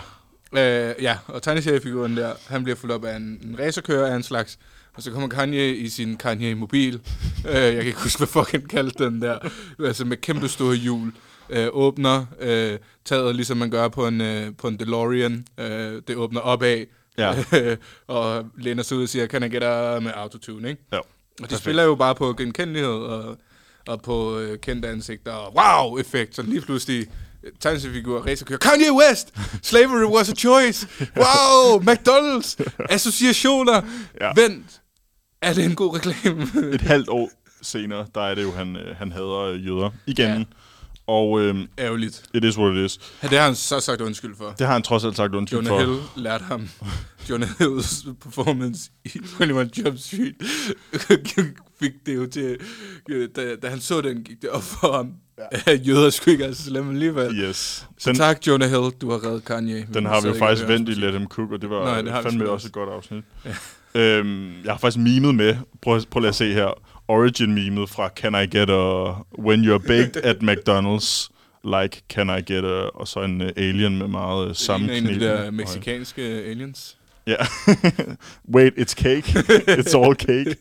Speaker 4: Ja, og tegneseriefiguren der, han bliver fuldt op af en racerkører af en slags. Og så kommer Kanye i sin Kanye-mobil. Jeg kan ikke huske, hvad fucking kaldte den der. Altså med kæmpe store hjul. Åbner taget, ligesom man gør på en DeLorean. Det åbner opad. Ja. Og læner sig ud og siger, kan jeg gætte med autotune, ikke? Ja. Og de spiller jo bare på genkendelighed og på kendte ansigter og wow-effekt. Så lige pludselig tegneseriefigur, racerkører, Kanye West! Slavery was a choice! Wow! McDonald's! Associationer! Ja. Vent! Er det en god reklame?
Speaker 3: Et halvt år senere, der er det jo, han hader jøder igen. Ja. Og
Speaker 4: ærgerligt.
Speaker 3: It is what it is.
Speaker 4: Ja, det har han så sagt undskyld for.
Speaker 3: Det har han trods alt sagt undskyld for.
Speaker 4: Jonah Hill lærte ham. Jonah Hills performance i 21 Jump Street fik det jo til, da han så den, gik det op for ham. Ja. Jøder skulle ikke altså slemme alligevel.
Speaker 3: Yes.
Speaker 4: Så tak, Jonah Hill, du har reddet Kanye.
Speaker 3: Den har vi jo faktisk vendt i Let Him Cook, og det var fandme også et godt afsnit. Ja. Jeg har faktisk memet med, prøv at lade se her, Origin-memet fra Can I Get a When You're Baked at McDonald's, like Can I Get a, og så en alien med meget sammenknæbende.
Speaker 4: En af de der mexikanske aliens.
Speaker 3: Ja. Wait, it's cake. It's all cake.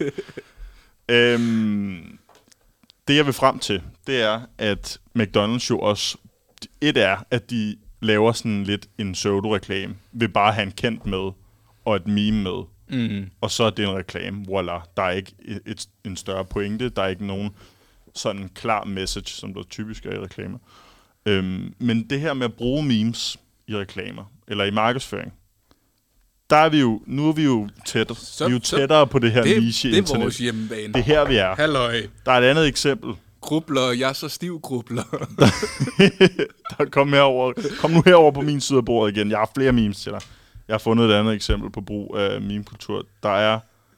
Speaker 3: Det jeg vil frem til, det er, at McDonald's jo også, et er, at de laver sådan lidt en pseudo-reklame, ved bare at have en kendt med, og et meme med. Mm. Og så er det en reklame, voila. Der er ikke en større pointe, der er ikke nogen sådan klar message, som der typisk er i reklamer. Men det her med at bruge memes i reklamer, eller i markedsføring, der er vi jo, nu er vi jo tættere, vi er jo tættere på det her niche-internet.
Speaker 4: Det er vores hjemmebane.
Speaker 3: Det er her, vi er.
Speaker 4: Halløj.
Speaker 3: Der er et andet eksempel.
Speaker 4: Grubler, jeg er så stiv grubler.
Speaker 3: Kom nu herover på min side af bordet igen. Jeg har flere memes til dig. Jeg har fundet et andet eksempel på brug af meme-kultur. Der er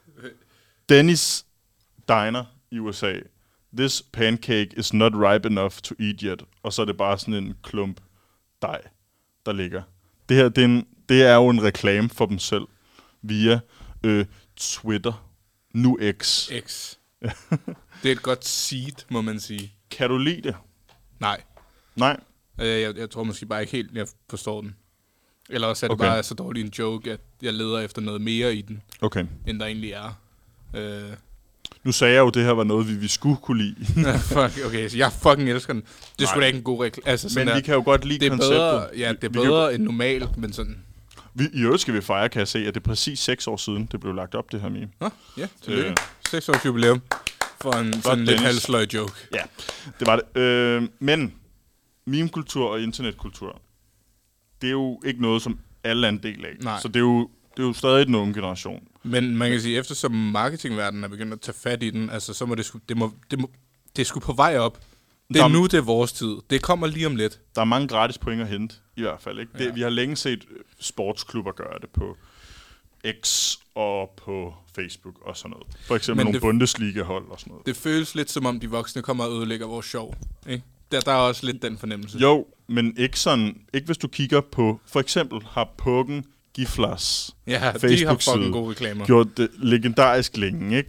Speaker 3: Dennis Diner i USA. This pancake is not ripe enough to eat yet. Og så er det bare sådan en klump dej, der ligger. Det her, det er jo en reklame for dem selv via Twitter. Nu X.
Speaker 4: Det er et godt seed, må man sige.
Speaker 3: Kan du lide det?
Speaker 4: Nej. Jeg tror måske bare ikke helt, jeg forstår den. Eller også er det bare så dårlig en joke, at jeg leder efter noget mere i den, end der egentlig er.
Speaker 3: Nu sagde jeg jo, at det her var noget, vi skulle kunne lide.
Speaker 4: Okay, så jeg fucking elsker den. Det skulle da ikke en god reklame. Altså,
Speaker 3: men vi kan jo godt lide konceptet.
Speaker 4: Bedre, ja, det er bedre end normalt, men sådan...
Speaker 3: I øvrigt skal vi fejre, kan jeg se, at det er præcis 6 år siden, det blev lagt op, det her meme.
Speaker 4: Ja, tillykke. 6 års jubilæum for en sådan lidt halvsløj joke.
Speaker 3: Ja, det var det. Men meme-kultur og internetkultur, det er jo ikke noget, som alle er en del af.
Speaker 4: Nej.
Speaker 3: Så det er jo stadig den unge generation.
Speaker 4: Men man kan sige, eftersom marketingverdenen er begyndt at tage fat i den, altså så må det sgu på vej op. Det er nu, det er vores tid. Det kommer lige om lidt.
Speaker 3: Der er mange gratis point at hente, i hvert fald. Ikke? Vi har længe set sportsklubber gøre det på X og på Facebook og sådan noget. For eksempel nogle Bundesliga-hold og sådan noget.
Speaker 4: Det føles lidt som om, de voksne kommer og ødelægger vores sjov. Ikke? Der er også lidt den fornemmelse.
Speaker 3: Jo, men ikke hvis du kigger på, for eksempel har Pukken Giflers
Speaker 4: Facebook-side
Speaker 3: de har fucking gode reklamer. Gjort det legendarisk længe, ikke?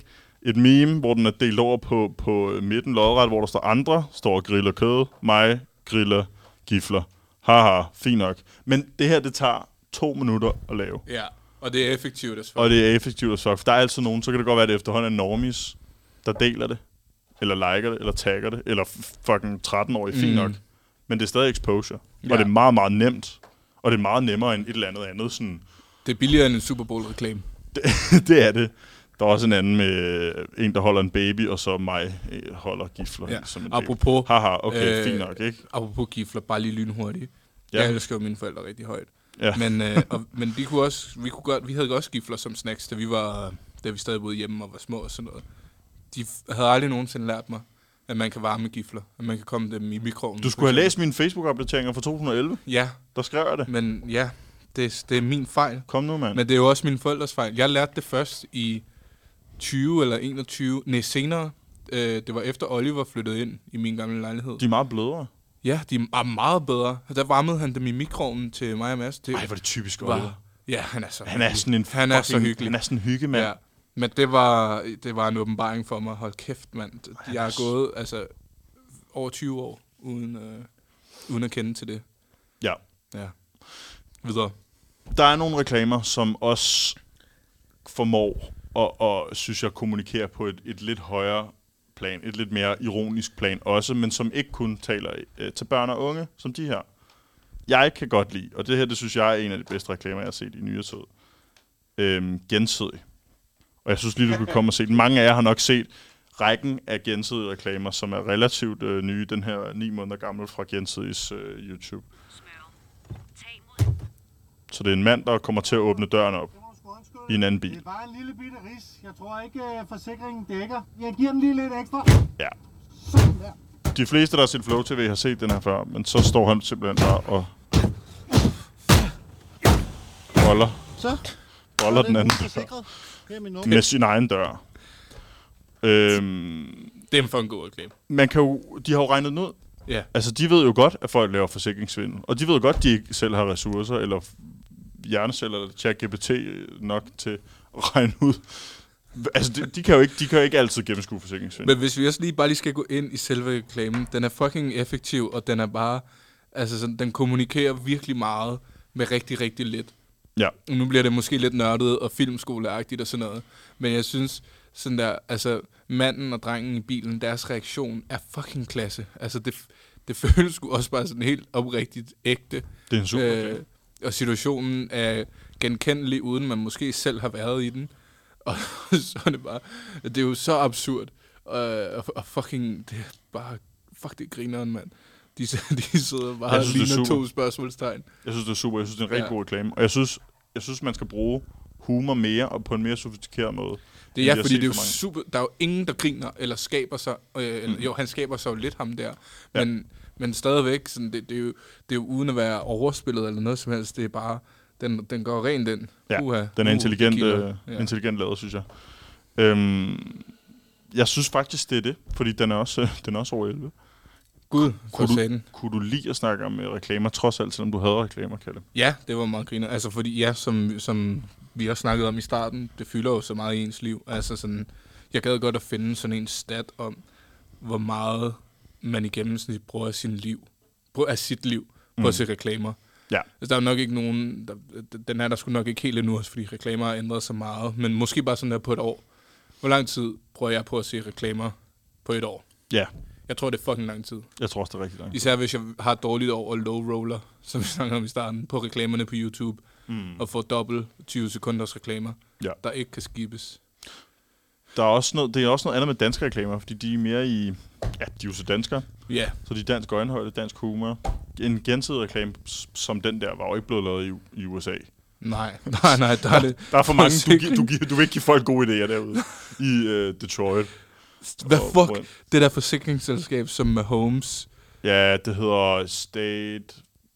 Speaker 3: et meme, hvor den er delt over på midten lodret, hvor der står andre, står og griller kød, mig griller gifler. Haha, fint nok. Men det her, det tager 2 minutter at lave.
Speaker 4: Ja, og det er effektivt as fuck.
Speaker 3: Og det er effektivt as fuck. For der er altid nogen, så kan det godt være, at det efterhånden er normies, der deler det, eller liker det, eller tagger det, eller fucking 13-årige, fint nok. Men det er stadig exposure. Ja. Og det er meget, meget nemt. Og det er meget nemmere end et eller andet sådan.
Speaker 4: Det er billigere end en Super Bowl-reklame.
Speaker 3: Det er det. Der er også en anden med en, der holder en baby, og så mig holder gifler.
Speaker 4: Ja.
Speaker 3: Som en
Speaker 4: Apropos...
Speaker 3: Haha, okay, fint nok, ikke?
Speaker 4: Apropos gifler, bare lige lynhurtigt.
Speaker 3: Ja.
Speaker 4: Jeg elsker jo mine forældre rigtig højt.
Speaker 3: Ja.
Speaker 4: Men de kunne også, vi havde også gifler som snacks, da vi stadig boede hjemme og var små og sådan noget. De havde aldrig nogensinde lært mig, at man kan varme gifler, at man kan komme dem i mikroovnen.
Speaker 3: Du skulle have læst mine Facebook-opdateringer fra 2011.
Speaker 4: Ja.
Speaker 3: Der skrev jeg det.
Speaker 4: Men ja, det er min fejl.
Speaker 3: Kom nu, mand.
Speaker 4: Men det er jo også mine forældres fejl. Jeg lærte det først i 20 eller 21, senere. Det var efter Oliver flyttede ind i min gamle lejlighed.
Speaker 3: De er meget blødere.
Speaker 4: Ja, de er meget bedre. Der varmede han dem i mikroovnen til mig og Mads.
Speaker 3: Ej, hvor det typisk Oliver.
Speaker 4: Ja, han er så
Speaker 3: Han er sådan en
Speaker 4: han er så hyggelig.
Speaker 3: Han er sådan en hyggemand.
Speaker 4: Ja. Men det var en åbenbaring for mig. Hold kæft, mand. Jeg er gået over 20 år uden at kende til det.
Speaker 3: Ja.
Speaker 4: Ja. Videre.
Speaker 3: Der er nogle reklamer, som også formår og synes jeg kommunikerer på et lidt højere plan, et lidt mere ironisk plan også, men som ikke kun taler til børn og unge, som de her. Jeg kan godt lide, og det her, det synes jeg er en af de bedste reklamer, jeg har set i nyere tid. Gensidig. Og jeg synes lige, du kan komme og se den. Mange af jer har nok set rækken af gensidige reklamer, som er relativt nye. Den her 9 måneder gammel fra Gensidigs YouTube. Så det er en mand, der kommer til at åbne døren op i en anden bil.
Speaker 7: Det er bare en lille bitte ris. Jeg tror ikke, forsikringen dækker. Jeg giver den lige lidt ekstra.
Speaker 3: Ja.
Speaker 7: Sådan der.
Speaker 3: De fleste, der har set Flow TV, har set den her før, men så står han simpelthen bare og boller den anden dør med sin egen dør.
Speaker 4: Det er for en god reklame.
Speaker 3: De har jo regnet den ud.
Speaker 4: Ja.
Speaker 3: Altså, de ved jo godt, at folk laver forsikringssvindel. Og de ved godt, at de ikke selv har ressourcer, eller hjerneceller, eller ChatGPT nok til at regne ud. Altså, de kan jo ikke altid gennemskue forsikringssvindel.
Speaker 4: Men hvis vi også bare lige skal gå ind i selve reklamen, den er fucking effektiv, og den er bare... Altså, sådan, den kommunikerer virkelig meget med rigtig, rigtig lidt.
Speaker 3: Ja.
Speaker 4: Nu bliver det måske lidt nørdet og filmskoleagtigt og sådan noget. Men jeg synes, sådan der... Altså, manden og drengen i bilen, deres reaktion er fucking klasse. Altså, det føles sgu også bare sådan helt oprigtigt ægte.
Speaker 3: Det er en super
Speaker 4: og situationen er genkendelig, uden man måske selv har været i den. Og så er det bare... Det er jo så absurd. Og fucking... Det er bare... Fuck, det grineren, mand. De sidder bare og ligner 2 spørgsmålstegn. Jeg
Speaker 3: synes, det er super. Jeg synes, det er en rigtig god reklame. Og jeg synes, man skal bruge humor mere og på en mere sofistikeret måde.
Speaker 4: Det er fordi det er jo super... Der er jo ingen, der griner eller skaber sig... Jo, han skaber sig jo lidt ham der. Ja. Men stadigvæk, sådan, det er jo uden at være overspillet eller noget som helst. Det er bare... Den går rent ind.
Speaker 3: Ja, den er intelligent lavet, synes jeg. Jeg synes faktisk, det er det. Fordi den er også over 11.
Speaker 4: Gud,
Speaker 3: kunne du lide at snakke om reklamer, trods alt, selvom du havde reklamer, Kalle?
Speaker 4: Ja, det var meget griner. Altså, fordi som vi også snakkede om i starten, det fylder jo så meget i ens liv. Altså sådan, jeg gad godt at finde sådan en stat om, hvor meget man i gennemsnit bruger af sit liv på at se reklamer. Ja. Altså, der er jo nok ikke nogen... Den er der sgu nok ikke helt endnu, fordi reklamer har ændret sig meget. Men måske bare sådan der på et år. Hvor lang tid bruger jeg på at se reklamer på et år?
Speaker 3: Ja.
Speaker 4: Jeg tror, det er fucking lang tid.
Speaker 3: Jeg tror også, det er rigtig lang tid.
Speaker 4: Især hvis jeg har et dårligt år og low roller, som vi snakker om i starten, på reklamerne på YouTube. Og får dobbelt 20 sekunders reklamer, der ikke kan skibes.
Speaker 3: Det er også noget andet med danske reklamer, fordi de er mere i... Ja, de er jo så danskere.
Speaker 4: Ja.
Speaker 3: Så de er dansk øjenhøjde, dansk humor. En gensidig reklame som den der, var jo ikke blevet lavet i USA.
Speaker 4: Nej, der er det...
Speaker 3: Der er for mange... Du vil ikke give folk gode idéer derude i Detroit.
Speaker 4: Hvad fuck? Det der forsikringsselskab som Mahomes.
Speaker 3: Ja, det hedder State...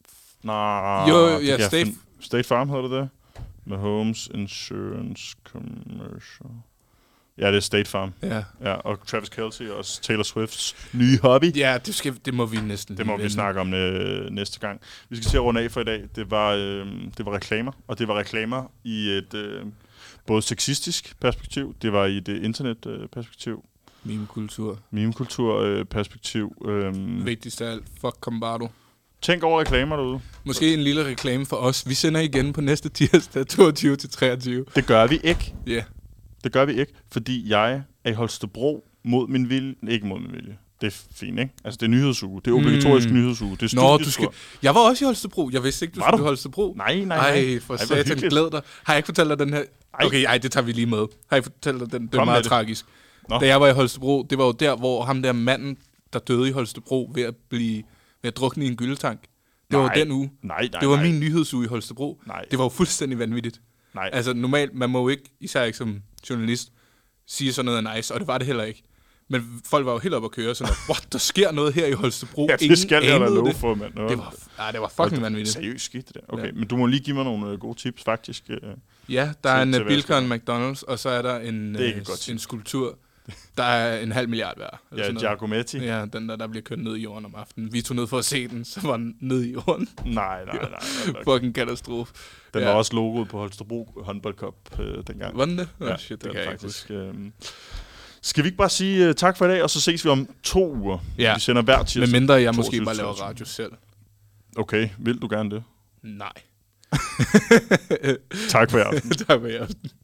Speaker 3: State Farm hedder det. Mahomes Insurance Commercial. Ja, det er State Farm. Ja, og Travis Kelce og også Taylor Swifts nye hobby.
Speaker 4: Ja, det må vi næsten
Speaker 3: det må vi snakke om næste gang. Vi skal til at runde af for i dag. Det var reklamer, og det var reklamer i både sexistisk perspektiv, det var i det internetperspektiv, meme-kultur-perspektiv.
Speaker 4: Vigtigst af alt, fuck Combardo.
Speaker 3: Tænk over reklamer derude.
Speaker 4: Måske en lille reklame for os. Vi sender igen på næste tirsdag, 22-23.
Speaker 3: Det gør vi ikke.
Speaker 4: Ja. Yeah.
Speaker 3: Det gør vi ikke, fordi jeg er i Holstebro mod min vilje. Ikke mod min vilje. Det er fint, ikke? Altså, det er nyhedsuge. Det er obligatorisk nyhedsuge. Det er
Speaker 4: du skal... Jeg var også i Holstebro. Jeg vidste ikke, du skulle i Holstebro.
Speaker 3: Nej.
Speaker 4: Ej, for satan, glæd dig. Har jeg ikke fortalt dig den her... Okay, det tager vi lige med. Har jeg fortalt dig den? Det er meget tragisk. Da jeg var i Holstebro, det var jo der, hvor ham der manden, der døde i Holstebro ved at drukne i en gyldetank. Det var den uge. Det var min nyhedsuge i Holstebro. Det var jo fuldstændig vanvittigt. Altså normalt, man må jo ikke, især ikke som journalist, sige sådan noget nice, og det var det heller ikke. Men folk var jo helt oppe at køre, sådan what, der sker noget her i Holstebro.
Speaker 3: Ja, det skal jeg da love for, mand.
Speaker 4: Det var fucking vanvittigt.
Speaker 3: Seriøst skidt det der. Okay, ja. Men du må lige give mig nogle gode tips, faktisk.
Speaker 4: Ja, der er en Bilka og en McDonald's, og så er der en skulptur, der er 500 million værd.
Speaker 3: Ja, Giacometti.
Speaker 4: Ja, den der bliver kørt ned i jorden om aftenen. Vi tog ned for at se den, så var den ned i jorden.
Speaker 3: Nej.
Speaker 4: Fucking katastrofe.
Speaker 3: Den var også logoet på Holstebro håndboldcup dengang.
Speaker 4: Var den det?
Speaker 3: Ja,
Speaker 4: shit, det kan jeg faktisk.
Speaker 3: Skal vi ikke bare sige tak for i dag, og så ses vi om 2 uger?
Speaker 4: Ja.
Speaker 3: Vi sender hver tirsdag.
Speaker 4: Men mindre jeg måske bare laver radio selv.
Speaker 3: Okay, vil du gerne det?
Speaker 4: Nej.
Speaker 3: Tak for i aften.
Speaker 4: Tak for i aften.